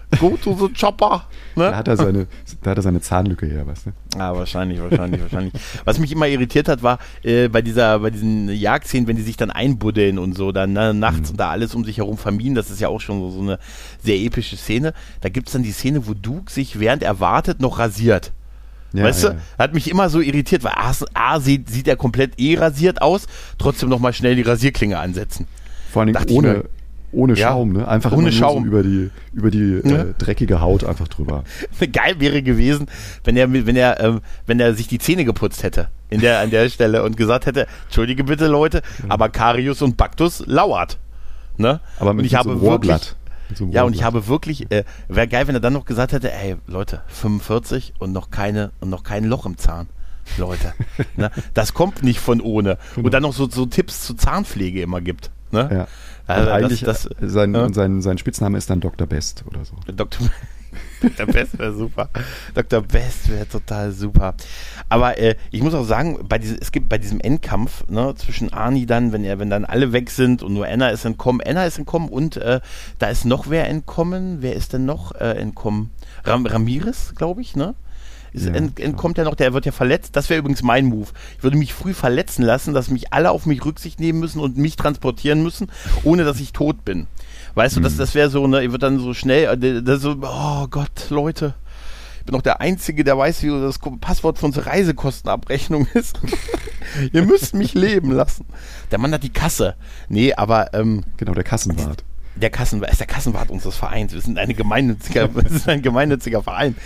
Go to the chopper. Ne? Da hat er seine Zahnlücke her, weißt du? Ah, wahrscheinlich. Was mich immer irritiert hat, war bei diesen Jagdszenen, wenn die sich dann einbuddeln und so, dann nachts und da alles um sich herum vermieden, das ist ja auch schon so eine sehr epische Szene. Da gibt es dann die Szene, wo Duke sich, während er wartet, noch rasiert. Ja, weißt du? Hat mich immer so irritiert, weil sieht er komplett rasiert aus, trotzdem nochmal schnell die Rasierklinge ansetzen. Vor allem ohne Schaum, ne? Einfach ohne Schaum. So über die dreckige Haut einfach drüber. Geil wäre gewesen, wenn er sich die Zähne geputzt hätte an der Stelle und gesagt hätte, entschuldige bitte Leute, aber Karius und Baktus lauert. Ne? Aber mit so einem Rohrblatt. Ja, und ich habe wirklich, wäre geil, wenn er dann noch gesagt hätte, ey Leute, 45 und noch kein Loch im Zahn. Leute, ne? Das kommt nicht von ohne. Genau. Und dann noch so Tipps zur Zahnpflege immer gibt. Ne? Ja. Also eigentlich sein Spitzname ist dann Dr. Best oder so. Dr. Best wäre super. Dr. Best wäre total super. Aber ich muss auch sagen, es gibt bei diesem Endkampf, ne, zwischen Arnie dann, wenn dann alle weg sind und nur Anna ist entkommen und da ist noch wer entkommen. Wer ist denn noch entkommen? Ramirez, glaube ich, ne? Entkommt ja noch, der wird ja verletzt. Das wäre übrigens mein Move. Ich würde mich früh verletzen lassen, dass mich alle auf mich Rücksicht nehmen müssen und mich transportieren müssen, ohne dass ich tot bin. Weißt du, das wäre so, ne, ich würde dann so schnell, oh Gott, Leute, ich bin doch der Einzige, der weiß, wie das Passwort für unsere Reisekostenabrechnung ist. Ihr müsst mich leben lassen. Der Mann hat die Kasse. Nee, aber genau, der Kassenwart. Der Kassenwart unseres Vereins. Wir sind ein gemeinnütziger Verein.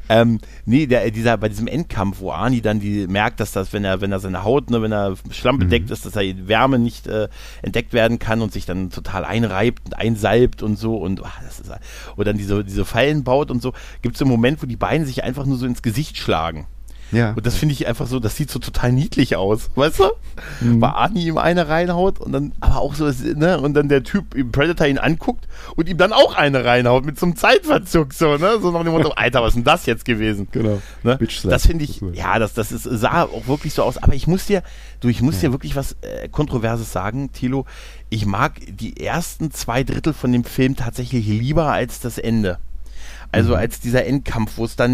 Bei diesem Endkampf, wo Arnie dann merkt, dass wenn er seine Haut, ne, wenn er schlammbedeckt ist, dass er die Wärme nicht entdeckt werden kann und sich dann total einreibt und einsalbt und so und oder dann diese Fallen baut und so, gibt es so einen Moment, wo die beiden sich einfach nur so ins Gesicht schlagen. Ja. Und das finde ich einfach so, das sieht so total niedlich aus, weißt du? Weil Arnie ihm eine reinhaut und dann, aber auch so, ne, und dann der Typ im Predator ihn anguckt und ihm dann auch eine reinhaut mit so einem Zeitverzug, so, ne? So nach dem Motto, Alter, was ist denn das jetzt gewesen? Genau. Ne? Das finde ich, ja, sah auch wirklich so aus, aber ich muss dir wirklich was Kontroverses sagen, Thilo. Ich mag die ersten 2/3 von dem Film tatsächlich lieber als das Ende. Also als dieser Endkampf, wo es dann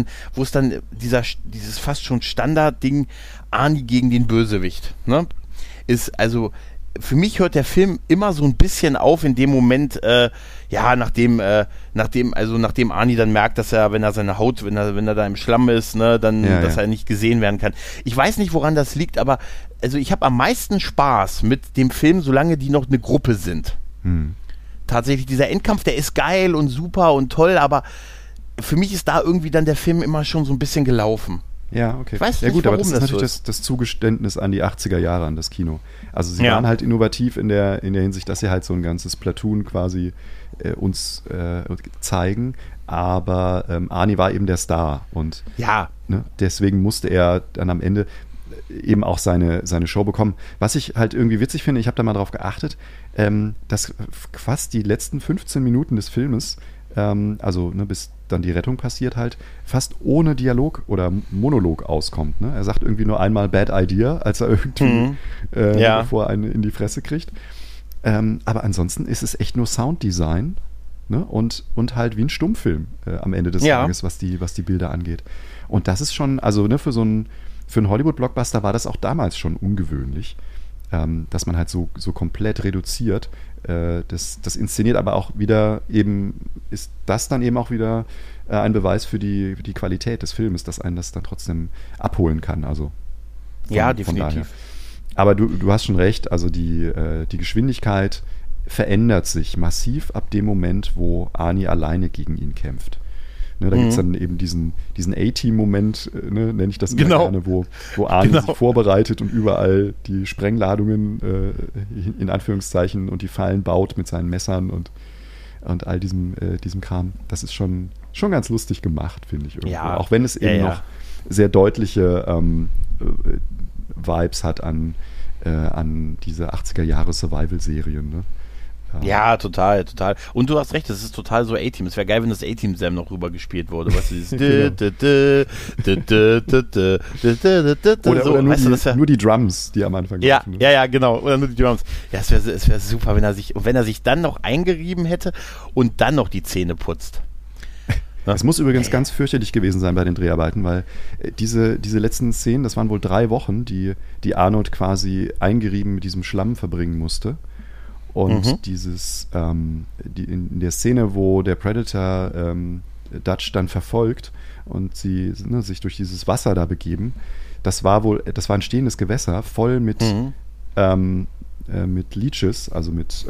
dieses fast schon Standardding Arnie gegen den Bösewicht, ne? Ist also, für mich hört der Film immer so ein bisschen auf in dem Moment, nachdem Arnie dann merkt, dass er, wenn er seine Haut, wenn er da im Schlamm ist, ne, dann, dass er nicht gesehen werden kann. Ich weiß nicht, woran das liegt, aber also ich habe am meisten Spaß mit dem Film, solange die noch eine Gruppe sind. Tatsächlich, dieser Endkampf, der ist geil und super und toll, aber für mich ist da irgendwie dann der Film immer schon so ein bisschen gelaufen. Ja, okay. Ich weiß nicht, aber das ist natürlich das Zugeständnis an die 80er Jahre, an das Kino. Also sie waren halt innovativ in der Hinsicht, dass sie halt so ein ganzes Platoon quasi uns zeigen, aber Arnie war eben der Star und deswegen musste er dann am Ende eben auch seine Show bekommen. Was ich halt irgendwie witzig finde, ich habe da mal drauf geachtet, dass fast die letzten 15 Minuten des Filmes, bis dann die Rettung passiert halt, fast ohne Dialog oder Monolog auskommt. Ne? Er sagt irgendwie nur einmal Bad Idea, als er irgendwie bevor er einen in die Fresse kriegt. Aber ansonsten ist es echt nur Sounddesign, ne? und halt wie ein Stummfilm am Ende des Tages, was die Bilder angeht. Und das ist schon, also ne, für einen Hollywood-Blockbuster war das auch damals schon ungewöhnlich, dass man halt so komplett reduziert. Das inszeniert aber auch wieder eben, ist das dann eben auch wieder ein Beweis für die Qualität des Filmes, dass einen das dann trotzdem abholen kann. Also definitiv. Von daher. Aber du hast schon recht, also die Geschwindigkeit verändert sich massiv ab dem Moment, wo Arnie alleine gegen ihn kämpft. Ne, da gibt es dann eben diesen A-Team-Moment, nenne ich das immer gerne, wo Arnie sich vorbereitet und überall die Sprengladungen in Anführungszeichen und die Fallen baut mit seinen Messern und all diesem Kram. Das ist schon ganz lustig gemacht, finde ich. Irgendwo. Ja. Auch wenn es eben noch sehr deutliche Vibes hat an diese 80er-Jahre-Survival-Serien, ne? Ja, total. Und du hast recht, das ist total so A-Team. Es wäre geil, wenn das A-Team Sam noch rüber gespielt wurde. Weißt du, nur die Drums, die am Anfang laufen. Ja, genau. Oder nur die Drums. Ja, es wäre super, wenn er sich dann noch eingerieben hätte und dann noch die Zähne putzt. Ne? Es muss übrigens ganz fürchterlich gewesen sein bei den Dreharbeiten, weil diese letzten Szenen, das waren wohl 3 Wochen, die Arnold quasi eingerieben mit diesem Schlamm verbringen musste. Und in der Szene, wo der Predator Dutch dann verfolgt und sie sich durch dieses Wasser da begeben, das war ein stehendes Gewässer, voll mit Leeches, also mit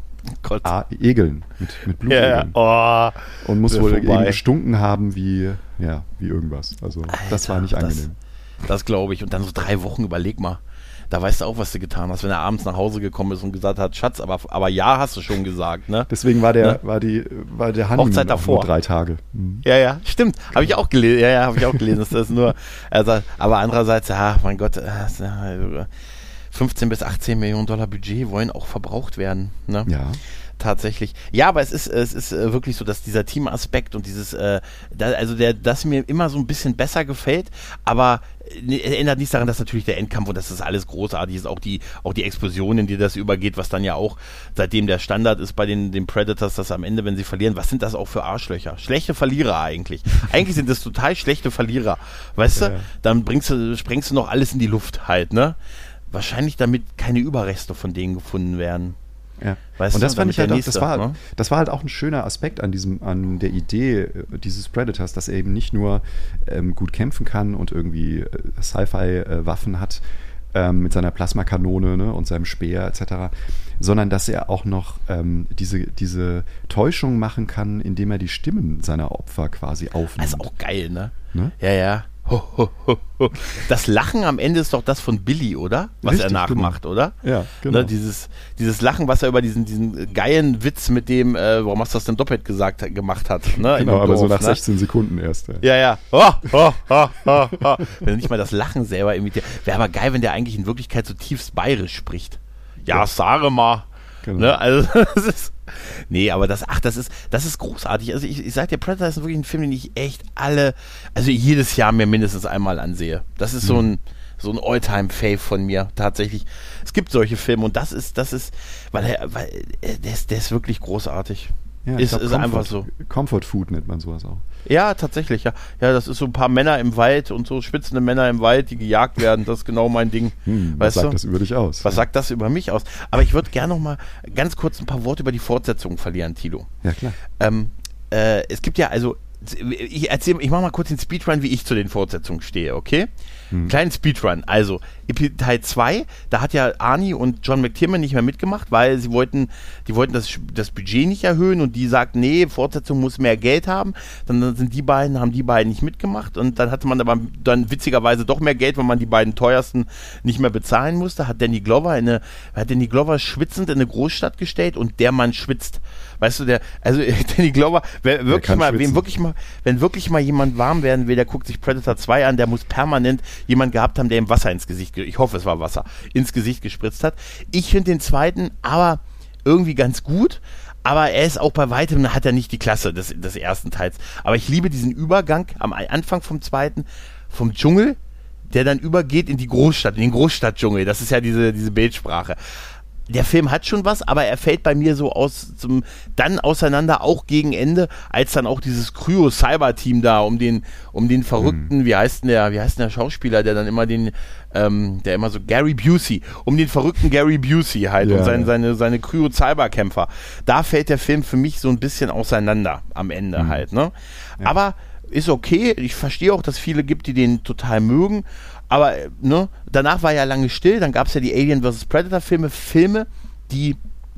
Egeln, mit Blutegeln. Ja. Oh, und muss wohl eben gestunken haben wie irgendwas. Also Alter, das war nicht angenehm. Das glaube ich. Und dann so 3 Wochen, überleg mal. Da weißt du auch, was du getan hast, wenn er abends nach Hause gekommen ist und gesagt hat, Schatz, aber ja, hast du schon gesagt, ne? Deswegen war der Honeymoon davor nur 3 Tage. Mhm. Ja, stimmt. Habe ich auch gelesen. Ja, habe ich auch gelesen. Das ist nur, also, aber andererseits, mein Gott, 15 bis 18 Millionen Dollar Budget wollen auch verbraucht werden, ne? Ja. Tatsächlich. Ja, aber es ist wirklich so, dass dieser Teamaspekt und dieses, das mir immer so ein bisschen besser gefällt, aber ändert nichts daran, dass natürlich der Endkampf und dass das alles großartig ist, auch die Explosionen, die das übergeht, was dann ja auch seitdem der Standard ist bei den Predators, dass am Ende, wenn sie verlieren, was sind das auch für Arschlöcher? Schlechte Verlierer eigentlich. Eigentlich sind das total schlechte Verlierer. Weißt du? Dann sprengst du noch alles in die Luft halt, ne? Wahrscheinlich damit keine Überreste von denen gefunden werden. Ja. Weißt und das fand ich halt auch, das war halt auch ein schöner Aspekt an der Idee dieses Predators, dass er eben nicht nur gut kämpfen kann und irgendwie Sci-Fi-Waffen hat mit seiner Plasmakanone, ne, und seinem Speer etc., sondern dass er auch noch diese Täuschung machen kann, indem er die Stimmen seiner Opfer quasi aufnimmt. Das ist auch geil, ne? Ja. Ho, ho, ho, ho. Das Lachen am Ende ist doch das von Billy, oder? Was richtig, er nachmacht, genau. Oder? Ja, genau. Ne, dieses Lachen, was er über diesen geilen Witz mit dem, warum hast du das denn doppelt gemacht hat. Ne, genau, aber Dorf, so nach 16 Sekunden erst. Ja. Wenn er nicht mal das Lachen selber imitiert. Wäre aber geil, wenn der eigentlich in Wirklichkeit so tiefst bayerisch spricht. Ja, sage mal. Genau. Ne, also das ist... Nee, aber das ist großartig. Also ich sag dir, Predator ist wirklich ein Film, den ich echt jedes Jahr mir mindestens einmal ansehe. Das ist so ein All-Time-Fave von mir, tatsächlich. Es gibt solche Filme und das ist, weil der ist wirklich großartig. Ja, ist einfach so. Comfort Food nennt man sowas auch. Ja, tatsächlich, ja. Ja, das ist so ein paar Männer im Wald und so schwitzende Männer im Wald, die gejagt werden. Das ist genau mein Ding. Was sagt das über dich aus? Was sagt das über mich aus? Aber ich würde gerne noch mal ganz kurz ein paar Worte über die Fortsetzung verlieren, Thilo. Ja, klar. Es gibt ja, also, ich mache mal kurz den Speedrun, wie ich zu den Fortsetzungen stehe, okay? Kleinen Speedrun. Also, Teil 2, da hat ja Arnie und John McTiernan nicht mehr mitgemacht, weil die wollten das Budget nicht erhöhen und die sagten, nee, Fortsetzung muss mehr Geld haben. Dann haben die beiden nicht mitgemacht und dann hatte man aber dann witzigerweise doch mehr Geld, weil man die beiden teuersten nicht mehr bezahlen musste. Hat Danny Glover schwitzend in eine Großstadt gestellt und der Mann schwitzt. Weißt du, Danny Glover, wenn wirklich mal jemand warm werden will, der guckt sich Predator 2 an, der muss permanent jemand gehabt haben, der ihm Wasser ins Gesicht, ich hoffe es war Wasser, ins Gesicht gespritzt hat. Ich finde den zweiten aber irgendwie ganz gut, aber er ist auch bei weitem, hat er nicht die Klasse des ersten Teils. Aber ich liebe diesen Übergang am Anfang vom zweiten, vom Dschungel, der dann übergeht in die Großstadt, in den Großstadtdschungel. Das ist ja diese Bildsprache. Der Film hat schon was, aber er fällt bei mir so dann auseinander, auch gegen Ende, als dann auch dieses Cryo-Cyber-Team da um den verrückten, wie heißt denn der Schauspieler, der dann immer der immer so Gary Busey, um den verrückten Gary Busey halt und seine Cryo-Cyber-Kämpfer. Da fällt der Film für mich so ein bisschen auseinander am Ende halt, ne? Ja. Aber ist okay, ich verstehe auch, dass viele gibt, die den total mögen. Aber ne, danach war ja lange still, dann gab es ja die Alien vs. Predator Filme, die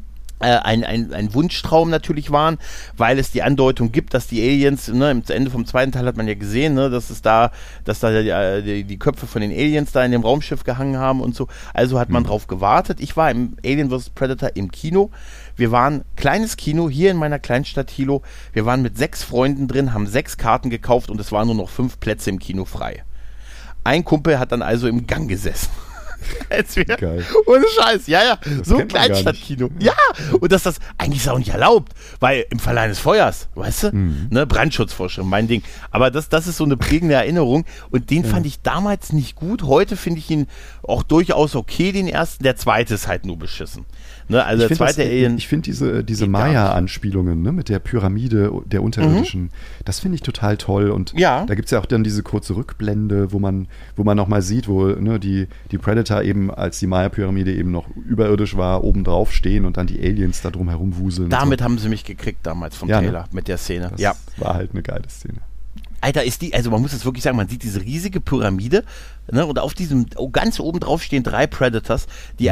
ein Wunschtraum natürlich waren, weil es die Andeutung gibt, dass die Aliens, ne, am Ende vom zweiten Teil hat man ja gesehen, ne, dass da die Köpfe von den Aliens da in dem Raumschiff gehangen haben und so. Also hat man drauf gewartet. Ich war im Alien vs. Predator im Kino. Wir waren kleines Kino hier in meiner Kleinstadt Hilo. Wir waren mit 6 Freunden drin, haben 6 Karten gekauft und es waren nur noch 5 Plätze im Kino frei. Ein Kumpel hat dann also im Gang gesessen. Geil. Ohne Scheiß, ja. Das So ein kennt man gar Kleinstadtkino. Ja, und das eigentlich ist auch nicht erlaubt, weil im Fall eines Feuers, weißt du, ne, Brandschutzvorschrift, mein Ding. Aber das ist so eine prägende Erinnerung und den fand ich damals nicht gut. Heute finde ich ihn auch durchaus okay, den ersten. Der zweite ist halt nur beschissen. Ne, also der zweite Alien. Ich finde diese Maya-Anspielungen, ne, mit der Pyramide der Unterirdischen, das finde ich total toll. Und da gibt es ja auch dann diese kurze Rückblende, wo man nochmal sieht, wo ne, die Predator eben, als die Maya-Pyramide eben noch überirdisch war, oben drauf stehen und dann die Aliens da drum herum wuseln. Damit haben sie mich gekriegt damals vom Trailer, mit der Szene. Das war halt eine geile Szene. Alter, also man muss es wirklich sagen, man sieht diese riesige Pyramide, ne, und auf diesem, ganz oben drauf stehen 3 Predators, die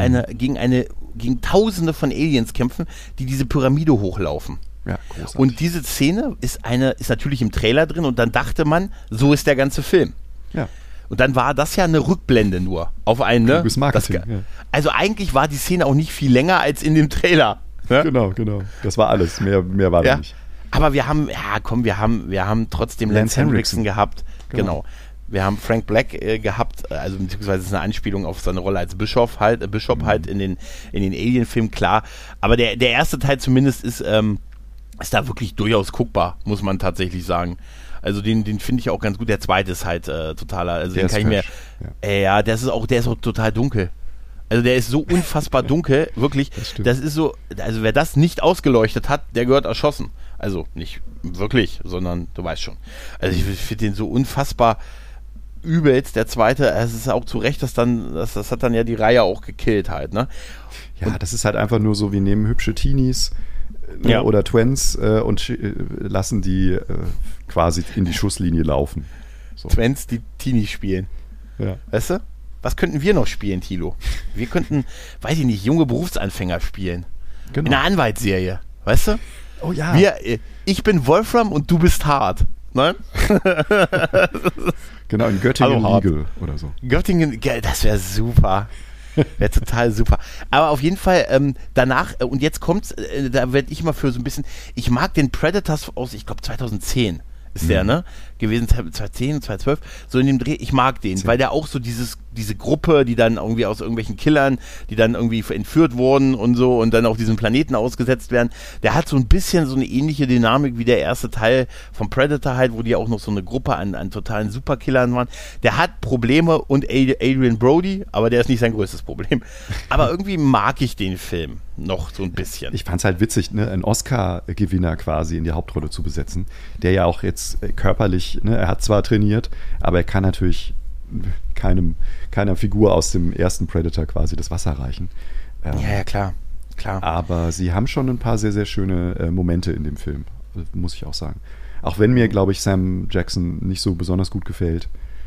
gegen Tausende von Aliens kämpfen, die diese Pyramide hochlaufen. Ja, großartig. Und diese Szene ist natürlich im Trailer drin und dann dachte man, so ist der ganze Film. Ja. Und dann war das ja eine Rückblende nur auf einen, ne? Marketing, Also eigentlich war die Szene auch nicht viel länger als in dem Trailer. Ne? Genau. Das war alles. Mehr war da nicht. Aber wir haben trotzdem Lance Henriksen gehabt. Genau. Wir haben Frank Black gehabt, also beziehungsweise es ist eine Anspielung auf seine Rolle als Bishop halt in den Alien-Filmen, klar. Aber der erste Teil zumindest ist da wirklich durchaus guckbar, muss man tatsächlich sagen. Also den finde ich auch ganz gut. Der zweite ist halt totaler, also den kann ich mir, der ist auch total dunkel. Also der ist so unfassbar dunkel, wirklich. Das ist so, also wer das nicht ausgeleuchtet hat, der gehört erschossen. Also nicht wirklich, sondern du weißt schon. Also ich finde den so unfassbar übelst, der zweite. Es ist auch zu Recht, das hat dann ja die Reihe auch gekillt halt, ne? Ja, das ist halt einfach nur so, wir nehmen hübsche Teenies oder Twins und lassen die quasi in die Schusslinie laufen. So. Twins, die Teenies spielen. Ja. Weißt du? Was könnten wir noch spielen, Thilo? Wir könnten, weiß ich nicht, junge Berufsanfänger spielen. Genau. In einer Anwaltsserie, weißt du? Oh ja. Ich bin Wolfram und du bist Hart. Ne? Genau, in Göttingen Legal oder so. Göttingen, das wäre super. Wäre total super. Aber auf jeden Fall danach, und jetzt kommt's, da werde ich mal für so ein bisschen, ich mag den Predators aus, ich glaube 2010 ist der, ne? Gewesen, 2010, 2012, so in dem Dreh, ich mag den, weil der auch so diese Gruppe, die dann irgendwie aus irgendwelchen Killern, die dann irgendwie entführt wurden und so und dann auf diesem Planeten ausgesetzt werden, der hat so ein bisschen so eine ähnliche Dynamik wie der erste Teil vom Predator halt, wo die auch noch so eine Gruppe an totalen Superkillern waren. Der hat Probleme und Adrian Brody, aber der ist nicht sein größtes Problem. Aber irgendwie mag ich den Film noch so ein bisschen. Ich fand's halt witzig, ne, einen Oscar-Gewinner quasi in die Hauptrolle zu besetzen, der ja auch jetzt körperlich, ne, er hat zwar trainiert, aber er kann natürlich keiner Figur aus dem ersten Predator quasi das Wasser reichen. Ja, klar. Aber sie haben schon ein paar sehr, sehr schöne Momente in dem Film, muss ich auch sagen. Auch wenn mir, glaube ich, Sam Jackson nicht so besonders gut gefällt.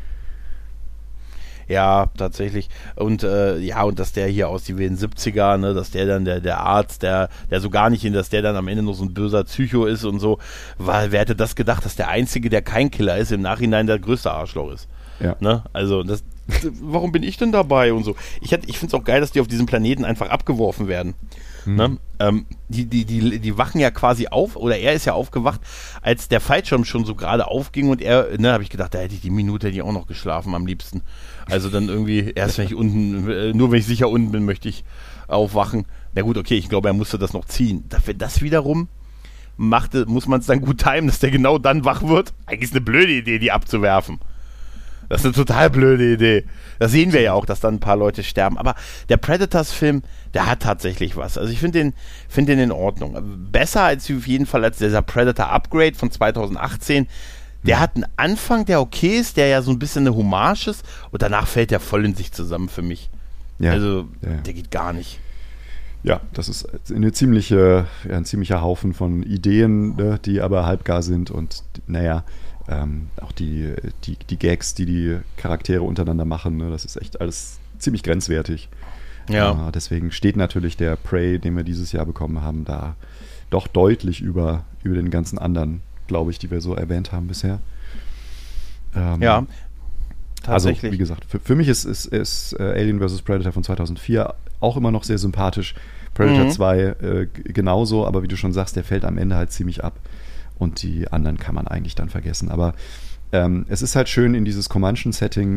Ja, tatsächlich. Und und dass der hier aus die wilden 70er, ne, dass der dann der Arzt, der so gar nicht dass der dann am Ende noch so ein böser Psycho ist und so, wer hätte das gedacht, dass der Einzige, der kein Killer ist, im Nachhinein der größte Arschloch ist. Ja. Ne? Also warum bin ich denn dabei und so. Ich finde es auch geil, dass die auf diesem Planeten einfach abgeworfen werden. Ne? Die wachen ja quasi auf, oder er ist ja aufgewacht, als der Fallschirm schon so gerade aufging und habe ich gedacht, da hätte ich die Minute auch noch geschlafen am liebsten. Also dann irgendwie, erst wenn ich nur wenn ich sicher unten bin, möchte ich aufwachen. Na gut, okay, ich glaube, er musste das noch ziehen. Das wiederum muss man es dann gut timen, dass der genau dann wach wird. Eigentlich ist eine blöde Idee, die abzuwerfen. Das ist eine total blöde Idee. Das sehen wir ja auch, dass dann ein paar Leute sterben. Aber der Predators-Film, der hat tatsächlich was. Also ich finde den in Ordnung. Besser als auf jeden Fall als dieser Predator Upgrade von 2018. Der hat einen Anfang, der okay ist, der ja so ein bisschen eine Hommage ist. Und danach fällt der voll in sich zusammen für mich. Ja, also der geht gar nicht. Ja, das ist ein ziemlicher Haufen von Ideen, ne, die aber halbgar sind. Und auch die Gags, die Charaktere untereinander machen, ne, das ist echt alles ziemlich grenzwertig. Ja. Deswegen steht natürlich der Prey, den wir dieses Jahr bekommen haben, da doch deutlich über den ganzen anderen, glaube ich, die wir so erwähnt haben bisher. Ja, tatsächlich. Also, wie gesagt, für mich ist Alien vs. Predator von 2004 auch immer noch sehr sympathisch. Predator 2 genauso, aber wie du schon sagst, der fällt am Ende halt ziemlich ab. Und die anderen kann man eigentlich dann vergessen. Aber es ist halt schön in dieses Comanchen-Setting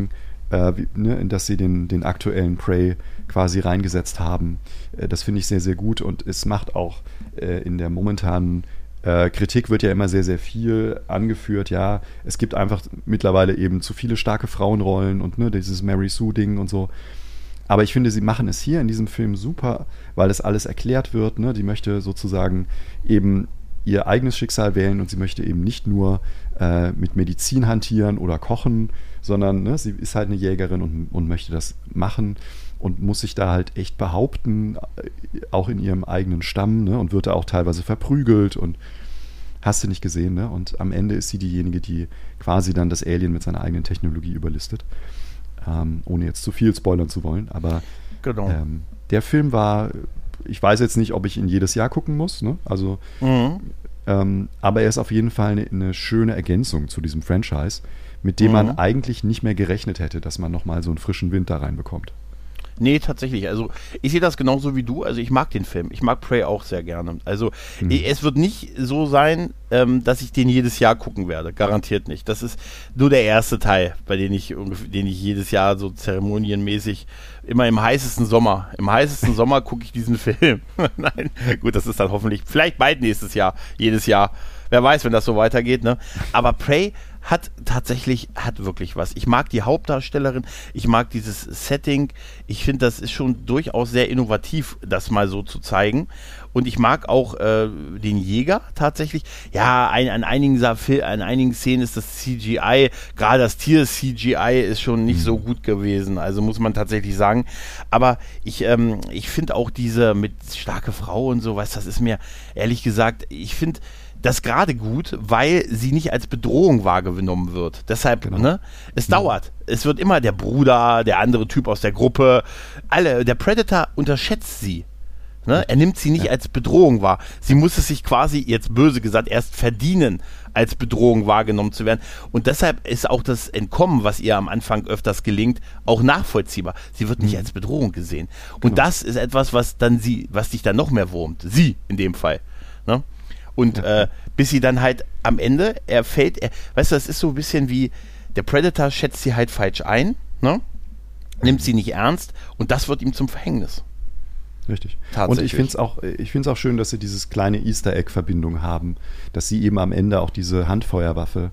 dass sie den aktuellen Prey quasi reingesetzt haben. Das finde ich sehr, sehr gut und es macht auch in der momentanen Kritik wird ja immer sehr, sehr viel angeführt. Ja, es gibt einfach mittlerweile eben zu viele starke Frauenrollen und dieses Mary Sue-Ding und so. Aber ich finde, sie machen es hier in diesem Film super, weil das alles erklärt wird. Die möchte sozusagen eben ihr eigenes Schicksal wählen und sie möchte eben nicht nur mit Medizin hantieren oder kochen, sondern sie ist halt eine Jägerin und möchte das machen und muss sich da halt echt behaupten, auch in ihrem eigenen Stamm, und wird da auch teilweise verprügelt und hast du nicht gesehen, ne? Und am Ende ist sie diejenige, die quasi dann das Alien mit seiner eigenen Technologie überlistet. Ohne jetzt zu viel spoilern zu wollen, aber genau. Der Film war, ich weiß jetzt nicht, ob ich ihn jedes Jahr gucken muss, ne? Also, aber er ist auf jeden Fall eine schöne Ergänzung zu diesem Franchise, mit dem man eigentlich nicht mehr gerechnet hätte, dass man nochmal so einen frischen Wind da reinbekommt. Nee, tatsächlich. Also ich sehe das genauso wie du. Also ich mag den Film. Ich mag Prey auch sehr gerne. Also es wird nicht so sein, dass ich den jedes Jahr gucken werde. Garantiert nicht. Das ist nur der erste Teil, bei den ich jedes Jahr so zeremonienmäßig immer im heißesten Sommer gucke ich diesen Film. Nein, gut, das ist dann hoffentlich, vielleicht bald nächstes Jahr, jedes Jahr. Wer weiß, wenn das so weitergeht, ne? Aber Prey hat wirklich was. Ich mag die Hauptdarstellerin, ich mag dieses Setting, ich finde, das ist schon durchaus sehr innovativ, das mal so zu zeigen. Und ich mag auch den Jäger tatsächlich. Ja, an einigen Szenen ist das CGI, gerade das Tier-CGI ist schon nicht so gut gewesen, also muss man tatsächlich sagen. Aber ich finde auch diese mit starke Frau und so, das ist mir, ehrlich gesagt, ich finde das gerade gut, weil sie nicht als Bedrohung wahrgenommen wird. Deshalb, es dauert. Es wird immer der Bruder, der andere Typ aus der Gruppe, der Predator unterschätzt sie. Er nimmt sie nicht als Bedrohung wahr. Sie muss es sich quasi, jetzt böse gesagt, erst verdienen, als Bedrohung wahrgenommen zu werden. Und deshalb ist auch das Entkommen, was ihr am Anfang öfters gelingt, auch nachvollziehbar. Sie wird nicht als Bedrohung gesehen. Und das ist etwas, was dich dann noch mehr wurmt. Sie in dem Fall. Ne? Und bis sie dann halt am Ende, weißt du, das ist so ein bisschen wie, der Predator schätzt sie halt falsch ein, ne? Nimmt sie nicht ernst und das wird ihm zum Verhängnis. Richtig. Und ich finde es auch schön, dass sie dieses kleine Easter-Egg-Verbindung haben, dass sie eben am Ende auch diese Handfeuerwaffe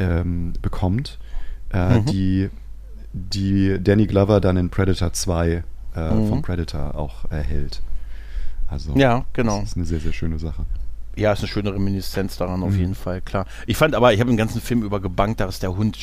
bekommt, die Danny Glover dann in Predator 2 vom Predator auch erhält. Also ja, genau. Das ist eine sehr, sehr schöne Sache. Ja, ist eine schöne Reminiszenz daran auf jeden Fall, klar. Ich habe den ganzen Film über gebankt, dass der Hund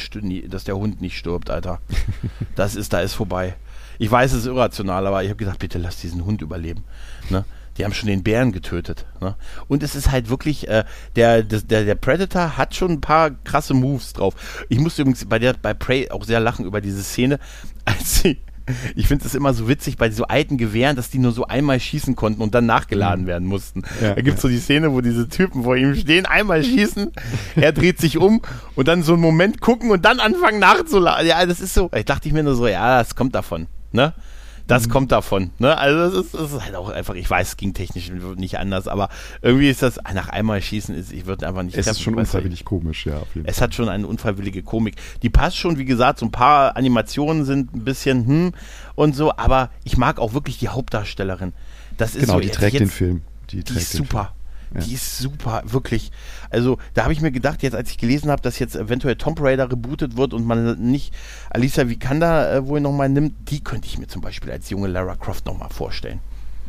nicht stirbt, Alter. Da ist vorbei. Ich weiß, es ist irrational, aber ich habe gedacht, bitte lass diesen Hund überleben. Ne? Die haben schon den Bären getötet. Ne? Und es ist halt wirklich, der Predator hat schon ein paar krasse Moves drauf. Ich musste übrigens bei Prey auch sehr lachen über diese Szene, als sie, ich finde es immer so witzig bei so alten Gewehren, dass die nur so einmal schießen konnten und dann nachgeladen werden mussten. Da gibt es so die Szene, wo diese Typen vor ihm stehen, einmal schießen, er dreht sich um und dann so einen Moment gucken und dann anfangen nachzuladen. Ja, das ist so, ich dachte mir nur so, ja, das kommt davon, ne? Das kommt davon, ne? Also das ist halt auch einfach, ich weiß, es ging technisch nicht anders, aber irgendwie ist das, nach einmal schießen, ich würde einfach nicht treffen. Es ist schon unfreiwillig komisch, ja, auf jeden Fall. Es hat schon eine unfreiwillige Komik. Die passt schon, wie gesagt, so ein paar Animationen sind ein bisschen und so, aber ich mag auch wirklich die Hauptdarstellerin. Das ist genau, so, die trägt den Film. Die ist super. Ja. Die ist super, wirklich. Also da habe ich mir gedacht, jetzt als ich gelesen habe, dass jetzt eventuell Tomb Raider rebootet wird und man nicht Alicia Vikander wohl nochmal nimmt, die könnte ich mir zum Beispiel als junge Lara Croft nochmal vorstellen.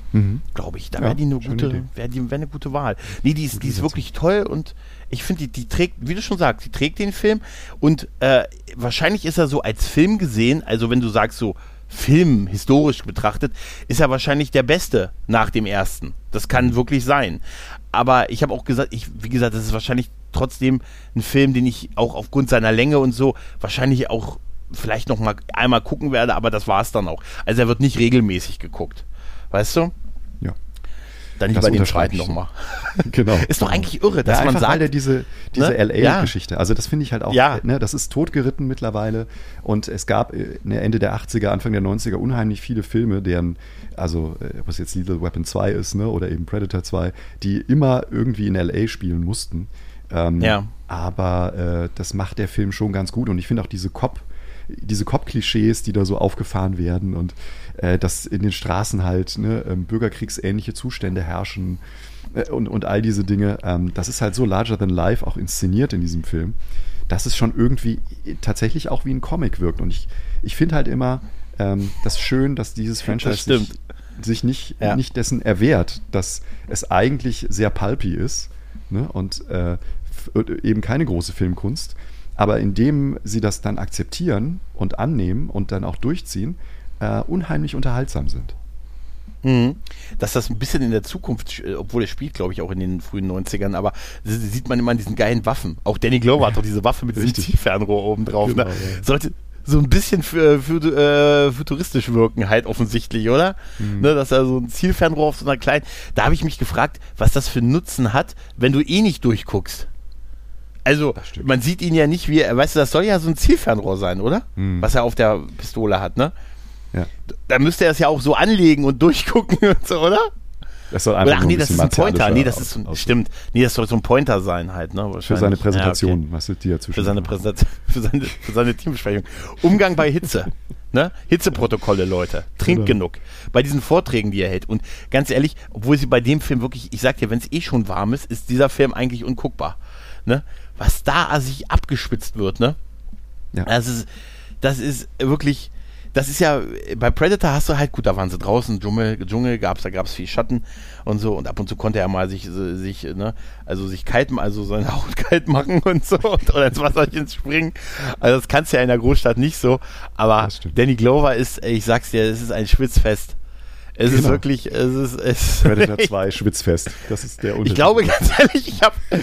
Glaube ich. Da wäre die eine gute Wahl. Nee, die ist wirklich toll und ich finde, die trägt, wie du schon sagst, die trägt den Film und wahrscheinlich ist er so als Film gesehen, also wenn du sagst so Film historisch betrachtet, ist er wahrscheinlich der beste nach dem ersten. Das kann wirklich sein. Aber ich habe auch gesagt, wie gesagt, das ist wahrscheinlich trotzdem ein Film, den ich auch aufgrund seiner Länge und so wahrscheinlich auch vielleicht noch mal einmal gucken werde, aber das war es dann auch. Also er wird nicht regelmäßig geguckt. Weißt du? Ja. Dann lieber den zweiten nochmal. Genau. Ist doch eigentlich irre, dass man sagt, halt diese LA-Geschichte. Also das finde ich halt auch, das ist totgeritten mittlerweile und es gab Ende der 80er, Anfang der 90er unheimlich viele Filme, ob es jetzt Lethal Weapon 2 ist, oder eben Predator 2, die immer irgendwie in LA spielen mussten. Aber das macht der Film schon ganz gut und ich finde auch diese diese Cop-Klischees, die da so aufgefahren werden und dass in den Straßen halt bürgerkriegsähnliche Zustände herrschen und all diese Dinge. Das ist halt so larger than life auch inszeniert in diesem Film, dass es schon irgendwie tatsächlich auch wie ein Comic wirkt. Und ich finde halt immer das schön, dass dieses Franchise sich nicht dessen erwehrt, dass es eigentlich sehr pulpy ist, ne? Und eben keine große Filmkunst. Aber indem sie das dann akzeptieren und annehmen und dann auch durchziehen, unheimlich unterhaltsam sind. Dass das ein bisschen in der Zukunft, obwohl er spielt, glaube ich, auch in den frühen 90ern, aber sieht man immer an diesen geilen Waffen. Auch Danny Glover hat doch diese Waffe mit diesem Zielfernrohr oben drauf. Genau, ne? Sollte so ein bisschen futuristisch wirken halt offensichtlich, oder? Ne, dass er so ein Zielfernrohr auf so einer kleinen... Da habe ich mich gefragt, was das für einen Nutzen hat, wenn du eh nicht durchguckst. Also, man sieht ihn ja nicht wie... Weißt du, das soll ja so ein Zielfernrohr sein, oder? Was er auf der Pistole hat, ne? Ja. Da müsste er es ja auch so anlegen und durchgucken und so, oder? Das soll einfach nee, das ist ein Pointer. Nee, das ist stimmt. Nee, das soll so ein Pointer sein halt, ne? Für seine Präsentation, was die ja für seine Präsentation, für seine Teambesprechung. Umgang bei Hitze, ne? Hitzeprotokolle, Leute. Trinkt genug. Bei diesen Vorträgen, die er hält. Und ganz ehrlich, obwohl sie bei dem Film wirklich, ich sag dir, wenn es eh schon warm ist, ist dieser Film eigentlich unguckbar, ne? Was da sich abgespitzt wird, ne? Ja. Das ist wirklich... Das ist ja, bei Predator hast du halt, gut, da waren sie draußen, Dschungel gab es viel Schatten und so, und ab und zu konnte er mal sich kalt, also seine Haut kalt machen und so, oder ins Wasserchen springen. Also das kannst du ja in der Großstadt nicht so, aber Danny Glover ist, ich sag's dir, es ist ein Schwitzfest. Es ist wirklich, Predator 2 Schwitzfest. Das ist der Unterschied. Ich glaube, ganz ehrlich,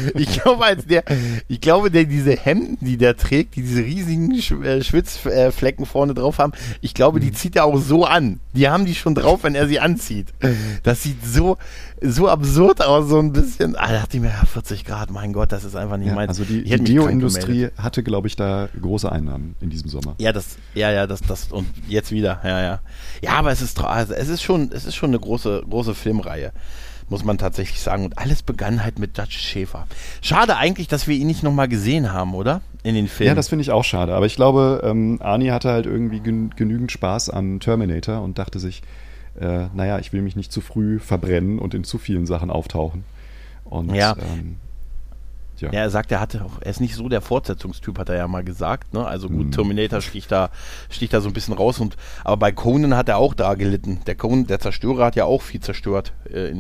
ich glaube, diese Hemden, die der trägt, die diese riesigen Schwitzflecken vorne drauf haben, ich glaube, die zieht er auch so an. Die haben die schon drauf, wenn er sie anzieht. Das sieht so absurd aus, so ein bisschen. Da dachte ich mir, 40 Grad, mein Gott, das ist einfach nicht meins. Also die Deo-Industrie hatte, glaube ich, da große Einnahmen in diesem Sommer. Ja, das und jetzt wieder, ja. Ja, aber es ist schon eine große Filmreihe, muss man tatsächlich sagen. Und alles begann halt mit Judge Schäfer. Schade eigentlich, dass wir ihn nicht nochmal gesehen haben, oder? In den Filmen. Ja, das finde ich auch schade. Aber ich glaube, Arnie hatte halt irgendwie genügend Spaß an Terminator und dachte sich, ich will mich nicht zu früh verbrennen und in zu vielen Sachen auftauchen. Und ja, er sagt, er ist nicht so der Fortsetzungstyp, hat er ja mal gesagt, ne? Also gut, Terminator sticht da so ein bisschen raus, aber bei Conan hat er auch da gelitten. Der Conan, der Zerstörer, hat ja auch viel zerstört in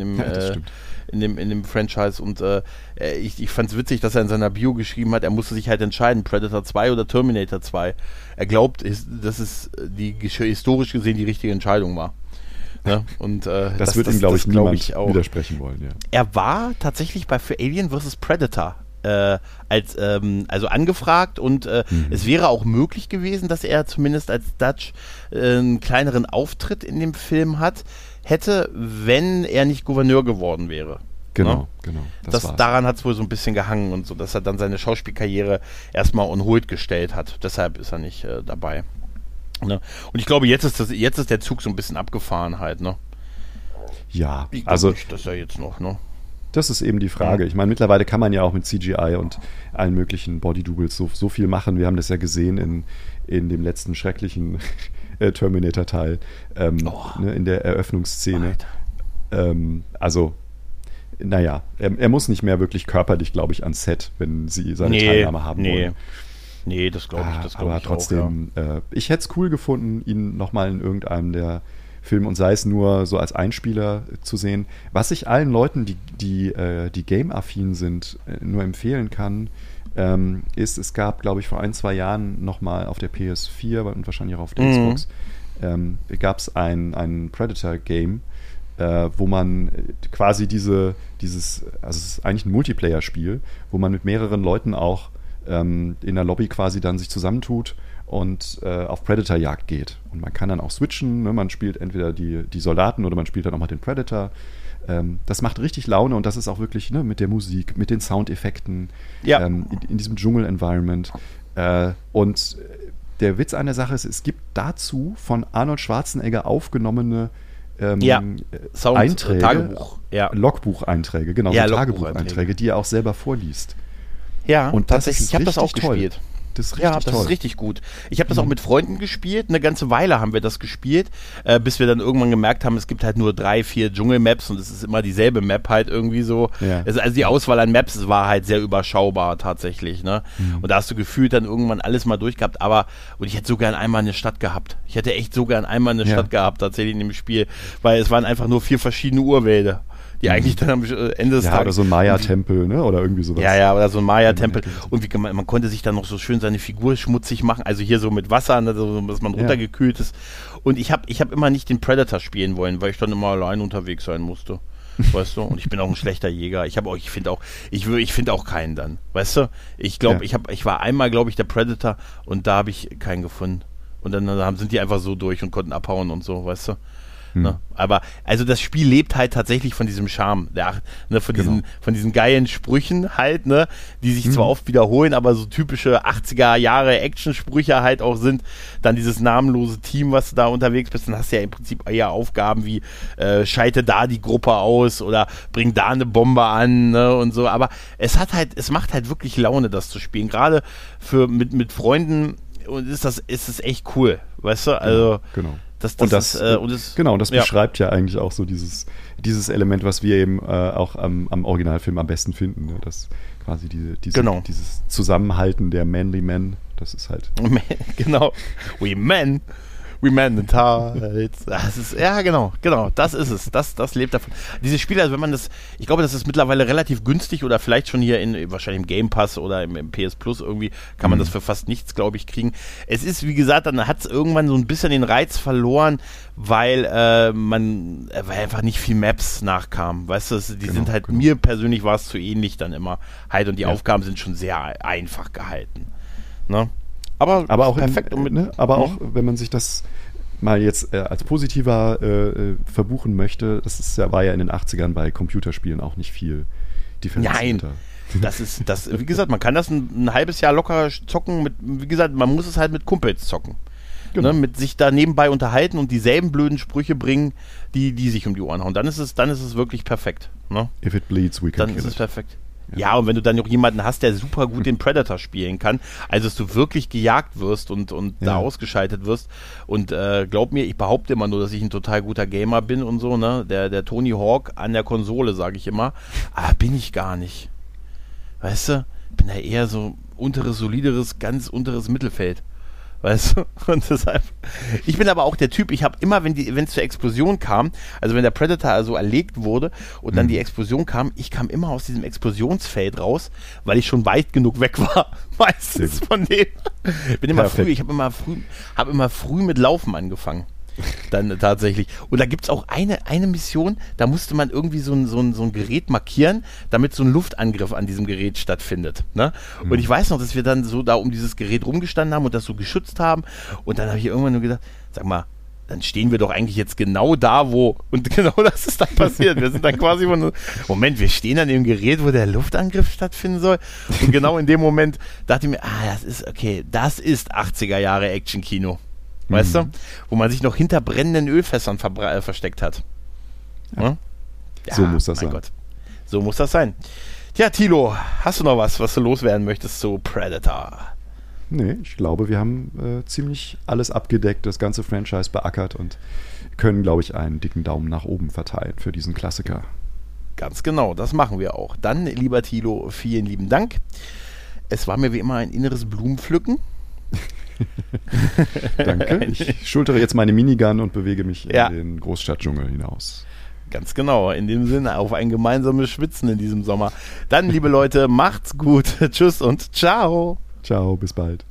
dem Franchise, und ich fand es witzig, dass er in seiner Bio geschrieben hat, er musste sich halt entscheiden, Predator 2 oder Terminator 2. Er glaubt, dass es historisch gesehen die richtige Entscheidung war. Ne? Und das wird ihm, glaube ich, niemand widersprechen wollen. Ja. Er war tatsächlich für Alien vs. Predator also angefragt, und es wäre auch möglich gewesen, dass er zumindest als Dutch einen kleineren Auftritt in dem Film hätte, wenn er nicht Gouverneur geworden wäre. Genau. Daran hat es wohl so ein bisschen gehangen und so, dass er dann seine Schauspielkarriere erstmal on hold gestellt hat. Deshalb ist er nicht dabei. Ne? Und ich glaube, jetzt ist der Zug so ein bisschen abgefahren halt, ne? Ja, ich glaube nicht, dass er jetzt noch, ne? Das ist eben die Frage. Ich meine, mittlerweile kann man ja auch mit CGI und allen möglichen Body-Doubles so viel machen. Wir haben das ja gesehen in dem letzten schrecklichen Terminator-Teil, in der Eröffnungsszene. Er muss nicht mehr wirklich körperlich, glaube ich, ans Set, wenn sie seine Teilnahme haben wollen. Nee, das glaube ich. Aber trotzdem, ich hätte es cool gefunden, ihn nochmal in irgendeinem der Filme, und sei es nur so als Einspieler zu sehen. Was ich allen Leuten, die Game-affin sind, nur empfehlen kann, ist, es gab, glaube ich, vor 1-2 Jahren nochmal auf der PS4 und wahrscheinlich auch auf der Xbox, gab es ein Predator-Game, wo man quasi also es ist eigentlich ein Multiplayer-Spiel, wo man mit mehreren Leuten auch in der Lobby quasi dann sich zusammentut und auf Predator-Jagd geht. Und man kann dann auch switchen, ne? Man spielt entweder die Soldaten oder man spielt dann auch mal den Predator. Das macht richtig Laune, und das ist auch wirklich, ne, mit der Musik, mit den Soundeffekten, in diesem Dschungel-Environment. Und der Witz an der Sache ist, es gibt dazu von Arnold Schwarzenegger aufgenommene Einträge, Tagebuch, Logbucheinträge, genau, Tagebucheinträge, die er auch selber vorliest. Ja, und tatsächlich, ich habe das auch gespielt. Das ist richtig toll. Das ist richtig gut. Ich habe das auch mit Freunden gespielt. Eine ganze Weile haben wir das gespielt, bis wir dann irgendwann gemerkt haben, es gibt halt nur 3, 4 Dschungel-Maps und es ist immer dieselbe Map halt irgendwie so. Ja. Also die Auswahl an Maps war halt sehr überschaubar tatsächlich. Ne? Und da hast du gefühlt dann irgendwann alles mal durchgehabt. Und ich hätte so gern einmal eine Stadt gehabt. Ich hätte echt so gern einmal eine Stadt gehabt tatsächlich in dem Spiel, weil es waren einfach nur 4 verschiedene Urwälder. Die eigentlich dann am Ende des Tages... oder so ein Maya-Tempel, ne? Oder irgendwie sowas. Ja, oder so ein Maya-Tempel. Und man konnte sich dann noch so schön seine Figur schmutzig machen. Also hier so mit Wasser, ne, so, dass man runtergekühlt ist. Und ich hab immer nicht den Predator spielen wollen, weil ich dann immer allein unterwegs sein musste. Weißt du? Und ich bin auch ein schlechter Jäger. Ich finde auch keinen dann. Weißt du? Ich glaube, ich war einmal, glaube ich, der Predator und da habe ich keinen gefunden. Und dann sind die einfach so durch und konnten abhauen und so, weißt du? Ne? Aber also das Spiel lebt halt tatsächlich von diesem Charme, von diesen geilen Sprüchen halt, ne, die sich zwar oft wiederholen, aber so typische 80er Jahre Action-Sprüche halt auch sind. Dann dieses namenlose Team, was du da unterwegs bist, dann hast du ja im Prinzip eher Aufgaben wie schalte da die Gruppe aus oder bring da eine Bombe an, ne, und so. Aber es macht halt wirklich Laune, das zu spielen. Gerade mit Freunden und ist es echt cool, weißt du? Also genau. Das beschreibt ja eigentlich auch so dieses Element, was wir eben auch am Originalfilm am besten finden. Ne? Das quasi dieses Zusammenhalten der Manly Men, das ist halt... Genau. We men the tides. Das ist, genau, das ist es. Das lebt davon. Diese Spiele, also wenn man ich glaube, das ist mittlerweile relativ günstig oder vielleicht schon hier wahrscheinlich im Game Pass oder im PS Plus irgendwie, kann man das für fast nichts, glaube ich, kriegen. Es ist, wie gesagt, dann hat es irgendwann so ein bisschen den Reiz verloren, weil einfach nicht viel Maps nachkam. Weißt du, sind halt, mir persönlich war es zu ähnlich dann immer halt und die Aufgaben sind schon sehr einfach gehalten. Ne? Aber auch perfekt. Auch, wenn man sich das mal jetzt als positiver verbuchen möchte, war ja in den 80ern bei Computerspielen auch nicht viel differenzierter. Nein, wie gesagt, man kann das ein halbes Jahr locker zocken, wie gesagt, man muss es halt mit Kumpels zocken. Genau. Ne, mit sich da nebenbei unterhalten und dieselben blöden Sprüche bringen, die sich um die Ohren hauen. Dann ist es wirklich perfekt. Ne? If it bleeds, we can dann kill ist es it. perfekt. Ja, und wenn du dann noch jemanden hast, der super gut den Predator spielen kann, also dass du wirklich gejagt wirst und da ausgeschaltet wirst. Und glaub mir, ich behaupte immer nur, dass ich ein total guter Gamer bin und so, ne? Der Tony Hawk an der Konsole, sage ich immer. Aber bin ich gar nicht. Weißt du? Bin da eher so solideres, ganz unteres Mittelfeld. Weißt du? Und deshalb, ich bin aber auch der Typ, ich habe immer, wenn es zur Explosion kam, also wenn der Predator also erlegt wurde und dann die Explosion kam, ich kam immer aus diesem Explosionsfeld raus, weil ich schon weit genug weg war, meistens von dem. Bin immer früh, ich habe immer früh mit Laufen angefangen. Dann tatsächlich. Und da gibt es auch eine Mission, da musste man irgendwie so ein Gerät markieren, damit so ein Luftangriff an diesem Gerät stattfindet. Ne? Und ich weiß noch, dass wir dann so da um dieses Gerät rumgestanden haben und das so geschützt haben. Und dann habe ich irgendwann nur gedacht, sag mal, dann stehen wir doch eigentlich jetzt genau da, wo... Und genau das ist dann passiert. Wir sind dann quasi Moment, wir stehen an dem Gerät, wo der Luftangriff stattfinden soll. Und genau in dem Moment dachte ich mir, das ist 80er Jahre Action-Kino. Weißt du? Wo man sich noch hinter brennenden Ölfässern versteckt hat. Ja. So muss das sein. Gott. So muss das sein. Tja, Thilo, hast du noch was du loswerden möchtest zu Predator? Nee, ich glaube, wir haben ziemlich alles abgedeckt, das ganze Franchise beackert und können, glaube ich, einen dicken Daumen nach oben verteilen für diesen Klassiker. Ganz genau, das machen wir auch. Dann, lieber Thilo, vielen lieben Dank. Es war mir wie immer ein inneres Blumenpflücken. Danke. Ich schultere jetzt meine Minigun und bewege mich in den Großstadtdschungel hinaus. Ganz genau. In dem Sinne auf ein gemeinsames Schwitzen in diesem Sommer. Dann, liebe Leute, macht's gut. Tschüss und ciao. Ciao, bis bald.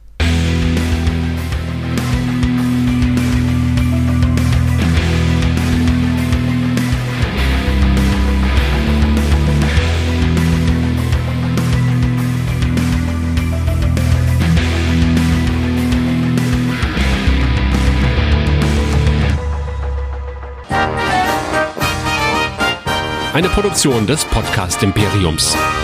Eine Produktion des Podcast Imperiums.